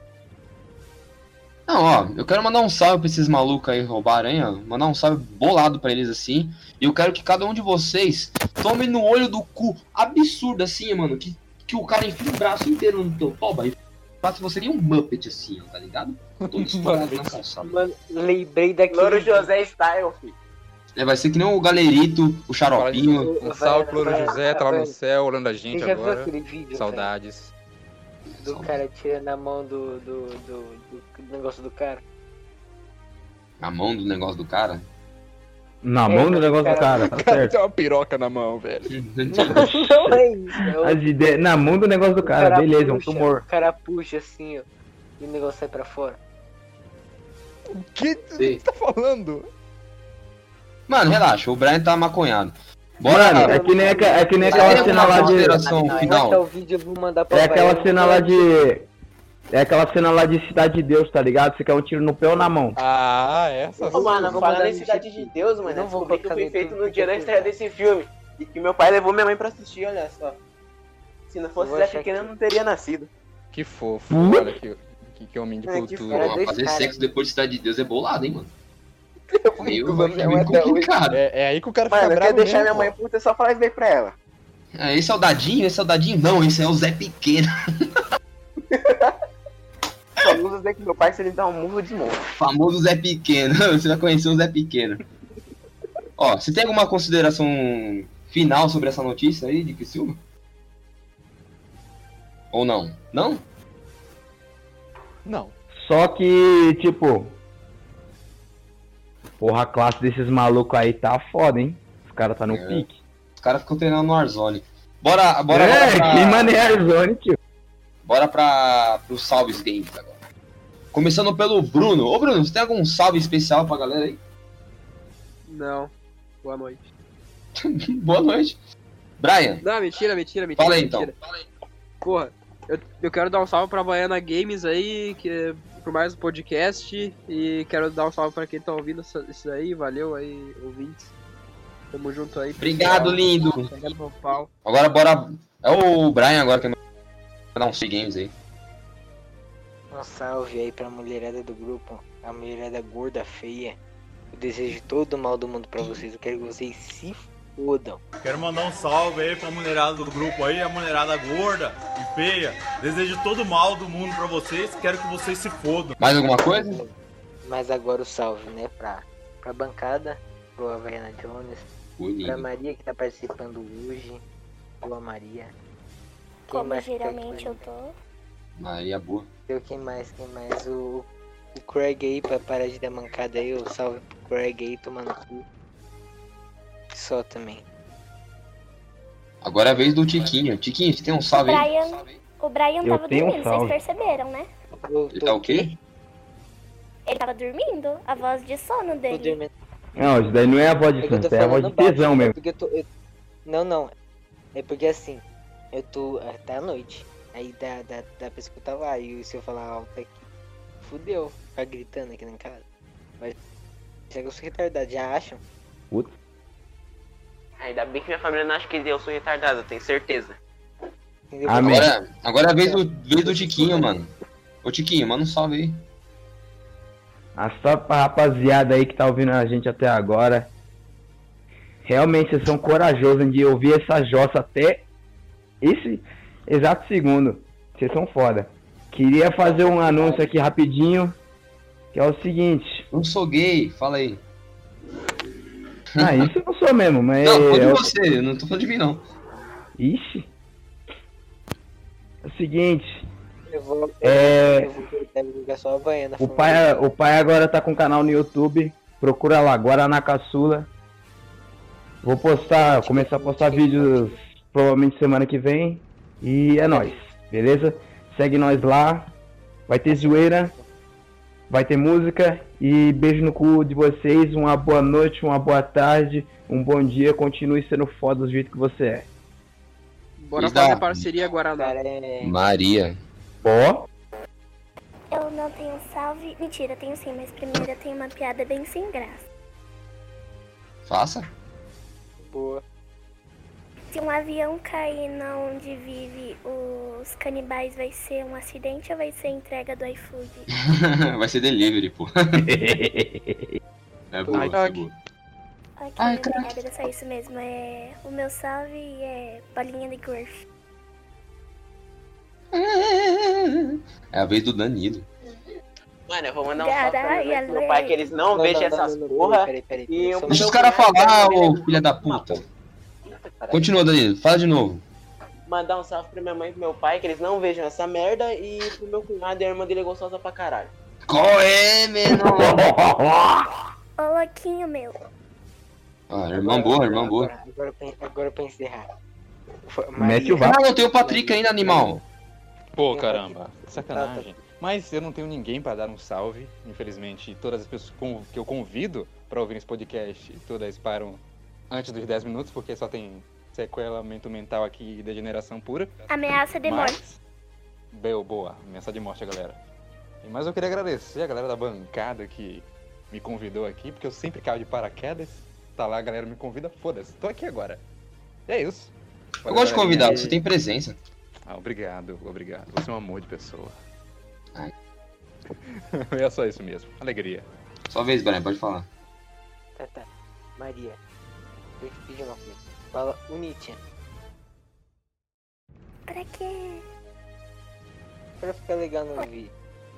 Não, ó, eu quero mandar um salve pra esses malucos aí roubarem, hein, ó. Mandar um salve bolado pra eles assim. E eu quero que cada um de vocês tome no olho do cu absurdo assim, mano. Que, que o cara enfia o braço inteiro no teu toba e faça você nem um Muppet assim, ó, tá ligado? Todo estourado na calçada. Mano, lembrei daquele. Louro José Style, filho. É, vai ser que nem o Galerito, o Xaropinho. Um salve pro Louro Vai, José, tá lá vai. no céu, olhando a gente Você já viu agora. aquele vídeo? Saudades. velho, Do cara tirando a mão do, do, do, do negócio do cara. A mão do negócio do cara. Na É, mão do mas negócio do cara- cara, tá certo. tem uma piroca na mão, velho. Não, não é isso. É o- As ideias, na mão do negócio do o cara, beleza, um puxa, tumor. O cara puxa assim, ó. E o negócio sai pra fora. O que Sim. você tá falando? Mano, relaxa, o Brian tá maconhado. Bora, Mano, é que nem, aque- é que nem Tem aquela alguma cena lá de. consideração Mostra final? o vídeo, eu vou mandar pra É aquela Bahia. cena lá de. É aquela cena lá de Cidade de Deus, tá ligado? Você quer um tiro no pé ou na mão? Ah, essa Ô, mano, vou falando mandar em no Cidade YouTube. de Deus, mano, Eu eu não vou descobri que colocar foi no feito YouTube, no dia da porque- estreia desse filme. E que meu pai levou minha mãe pra assistir, olha só. Se não fosse Vou Zé achar Pequena, eu aqui. não teria nascido. Que fofo, Hum? olha que, que, que homem de É, que cultura. Era Pô, dois fazer caras. sexo depois de Cidade de Deus é bolado, hein, mano. Meio, Inclusive, minha mãe meio até hoje. complicado. É, é aí que o cara fica Mano, eu bravo quero deixar mesmo, minha mãe pô. puta e só falar isso daí pra ela. É, esse é o Dadinho, esse é o Dadinho. Não, esse é o Zé Pequeno. Só usa dizer que meu pai, se ele dá um murro de monstro. Famoso Zé Pequeno. Você vai conhecer o Zé Pequeno. Ó, você tem alguma consideração final sobre essa notícia aí de Criciúma? Ou não? Não? Não. Só que, tipo. Porra, a classe desses malucos aí tá foda, hein? Os caras tá no É. pique. Os caras ficam treinando no Warzone. Bora, bora, é, bora pra... que maneiro, Zone, tio. Bora pra, pro Salves Games agora. Começando pelo Bruno. Ô, Bruno, você tem algum salve especial pra galera aí? Não. Boa noite. Boa noite. Brian, Não, mentira, mentira, mentira. fala aí então. mentira. Porra, eu, eu quero dar um salve pra Baiana Games aí, que por mais um podcast. E quero dar um salve pra quem tá ouvindo isso, isso aí. Valeu aí, ouvintes. Tamo junto aí. Obrigado, pessoal. lindo. Pegando meu pau. Agora bora. É o Brian agora que vai dar uns games aí. Um salve aí pra mulherada do grupo. A mulherada gorda, feia. Eu desejo todo o mal do mundo pra vocês. Eu quero que vocês se fodam. Quero mandar um salve aí pra mulherada do grupo aí, a mulherada gorda e feia. Desejo todo o mal do mundo pra vocês, quero que vocês se fodam. Mais alguma coisa? Mas agora o salve, né? Pra, pra bancada, pro Havaiana Jones, Oi, pra lindo. Maria que tá participando hoje. Boa, Maria. Quem Como mais que tá geralmente eu aqui? tô. Maria boa. Eu, quem mais? Quem mais? O, o Craig aí, pra parar de dar mancada aí. O salve pro Craig aí, tomando cu. Só também. Agora é a vez do Tiquinho. Tiquinho, você tem um salve aí? Brian, o Brian Eu tava tenho um dormindo, vocês salve. perceberam, né? Eu Ele tô tá o quê? Ele tava dormindo, a voz de sono Tô dele. dormindo. Não, isso daí não é a voz de É que eu tô santo, é a voz de falando baixo, tesão é mesmo. porque eu tô. eu- Não, não. É porque assim, eu tô. Até à noite. Aí dá, dá, dá pra escutar lá. E se eu falar alto aqui, fudeu. Ficar gritando aqui na casa. Mas. Será que eu sou retardado? Já acham? Puta. Ainda bem que minha família não acha que eu sou retardado, eu tenho certeza. Entendeu? Amém. Agora, agora é a vez do, vez do Tiquinho, mano. Ô Tiquinho, manda um salve aí. A só pra rapaziada aí que tá ouvindo a gente até agora. Realmente vocês são corajosos de ouvir essa jossa até esse exato segundo. Vocês são foda. Queria fazer um anúncio aqui rapidinho. Que é o seguinte. Não sou gay, fala aí. Ah, isso eu não sou mesmo, mas. Não, foi de é o- você, eu não tô falando de mim não. Ixi. É o seguinte. Eu vou. É. Eu vou eu vou jogar só a Havaiana. O pai, o pai agora tá com um canal no YouTube. Procura lá, Guaraná Caçula. Vou postar, começar a postar vídeos provavelmente semana que vem. E é nóis, beleza? Segue nós lá. Vai ter zoeira. Vai ter música. E beijo no cu de vocês. Uma boa noite, uma boa tarde, um bom dia. Continue sendo foda do jeito que você é. Bora Exato. fazer parceria Guaraná. Cara, é. Maria. Ó. Eu não tenho salve. Mentira, tenho sim, mas primeiro eu tenho uma piada bem sem graça. Faça. Boa. Se um avião cair na onde vive os canibais, vai ser um acidente ou vai ser entrega do iFood? Vai ser delivery, pô. É boa, Ai, é craque. boa. Ok, Ai, obrigada, era só isso mesmo. É, o meu salve é bolinha de golfe. É a vez do Danilo. Mano, eu vou mandar um salve pra minha mãe e Caralho, pro meu pai que eles não, vejam essas porra. Peraí, peraí. E eu- Deixa meu os caras cunhado falar, também, ô né? filha da puta. Continua, Danilo, fala de novo. Mandar um salve pra minha mãe e pro meu pai que eles não vejam essa merda. E pro meu cunhado e a irmã dele é gostosa pra caralho. Qual é, menor? Ô, louquinho meu. Ah, irmã boa, irmã boa. Agora, agora, pra- agora pra encerrar. Foi- Mete o Maria- Ah, não, tem o Patrick ainda, animal. Pô, caramba, que sacanagem. Mas eu não tenho ninguém pra dar um salve. Infelizmente, todas as pessoas com- que eu convido pra ouvir esse podcast, todas param antes dos dez minutos, porque só tem sequelamento mental aqui e degeneração pura. Ameaça de morte. Mas, bem, boa, ameaça de morte, galera. E Mas eu queria agradecer a galera da bancada que me convidou aqui, porque eu sempre caio de paraquedas. Tá lá, a galera me convida, foda-se, tô aqui agora. E é isso. Eu gosto de convidado, você tem presença. Ah, obrigado, obrigado. Você é um amor de pessoa. Ai. É só isso mesmo, alegria. Só vez, Brian, pode falar. Tá, tá. Maria, eu te pedir uma coisa. Fala Unitia. Pra quê? Pra ficar legal no vídeo.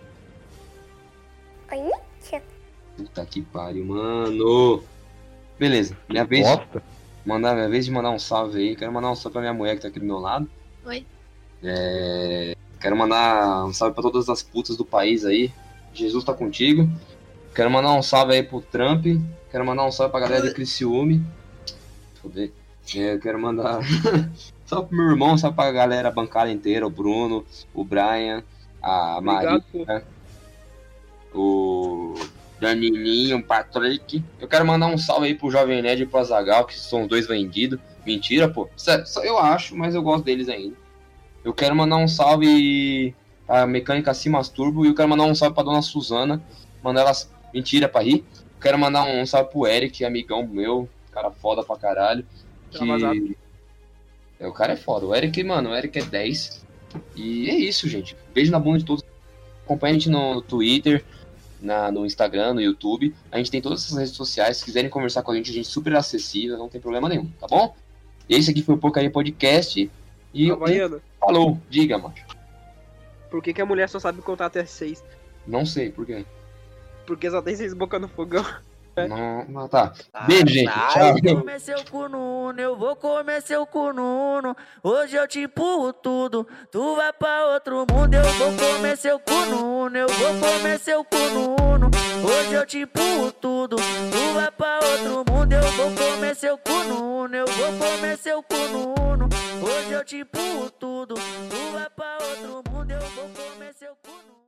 Oi, Nietzsche? Puta que pariu, mano. Beleza, minha vez. Bosta. Mandar, minha vez de mandar um salve aí. Quero mandar um salve pra minha mulher que tá aqui do meu lado. Oi. É, Quero mandar um salve pra todas as putas do país aí. Jesus tá contigo. Quero mandar um salve aí pro Trump. Quero mandar um salve pra galera de Criciúme. Foder. É, eu quero mandar salve pro meu irmão, salve pra galera, a bancada inteira, o Bruno, o Brian, a Maria, Obrigado, pô. o Danilinho, o Patrick. Eu quero mandar um salve aí pro Jovem Nerd e pro Azaghal, que são os dois vendidos. Mentira, pô. Sério, só eu acho, mas eu gosto deles ainda. Eu quero mandar um salve pra Mecânica Simas Turbo e eu quero mandar um salve pra Dona Suzana. Mandar elas. Mentira, pra rir. Eu quero mandar um salve pro Eric, amigão meu, cara foda pra caralho. Que. É, o cara é foda. O Eric, mano, o Eric é dez. E é isso, gente. Beijo na bunda de todos. Acompanha a gente no Twitter, na, no Instagram, no YouTube. A gente tem todas essas redes sociais. Se quiserem conversar com a gente, a gente é super acessível, não tem problema nenhum, tá bom? Esse aqui foi o Porcaria Podcast. E Havaiana, falou, diga, mano. por que, que a mulher só sabe contar até seis? Não sei por quê. Porque só tem seis bocas no fogão. Não, não, tá. Beijo, gente. Tchau. Eu vou comer seu cu nuno, eu vou comer seu cu nuno. Hoje eu te empurro tudo, tu vai pra outro mundo. Eu vou comer seu cu nuno, eu vou comer seu cu nuno. Hoje eu te empurro tudo, tu vai pra outro mundo. Eu vou comer seu cu nuno, eu vou comer seu cu nuno. Hoje eu te empurro tudo, tu vai pra outro mundo. Eu vou comer seu cu nuno.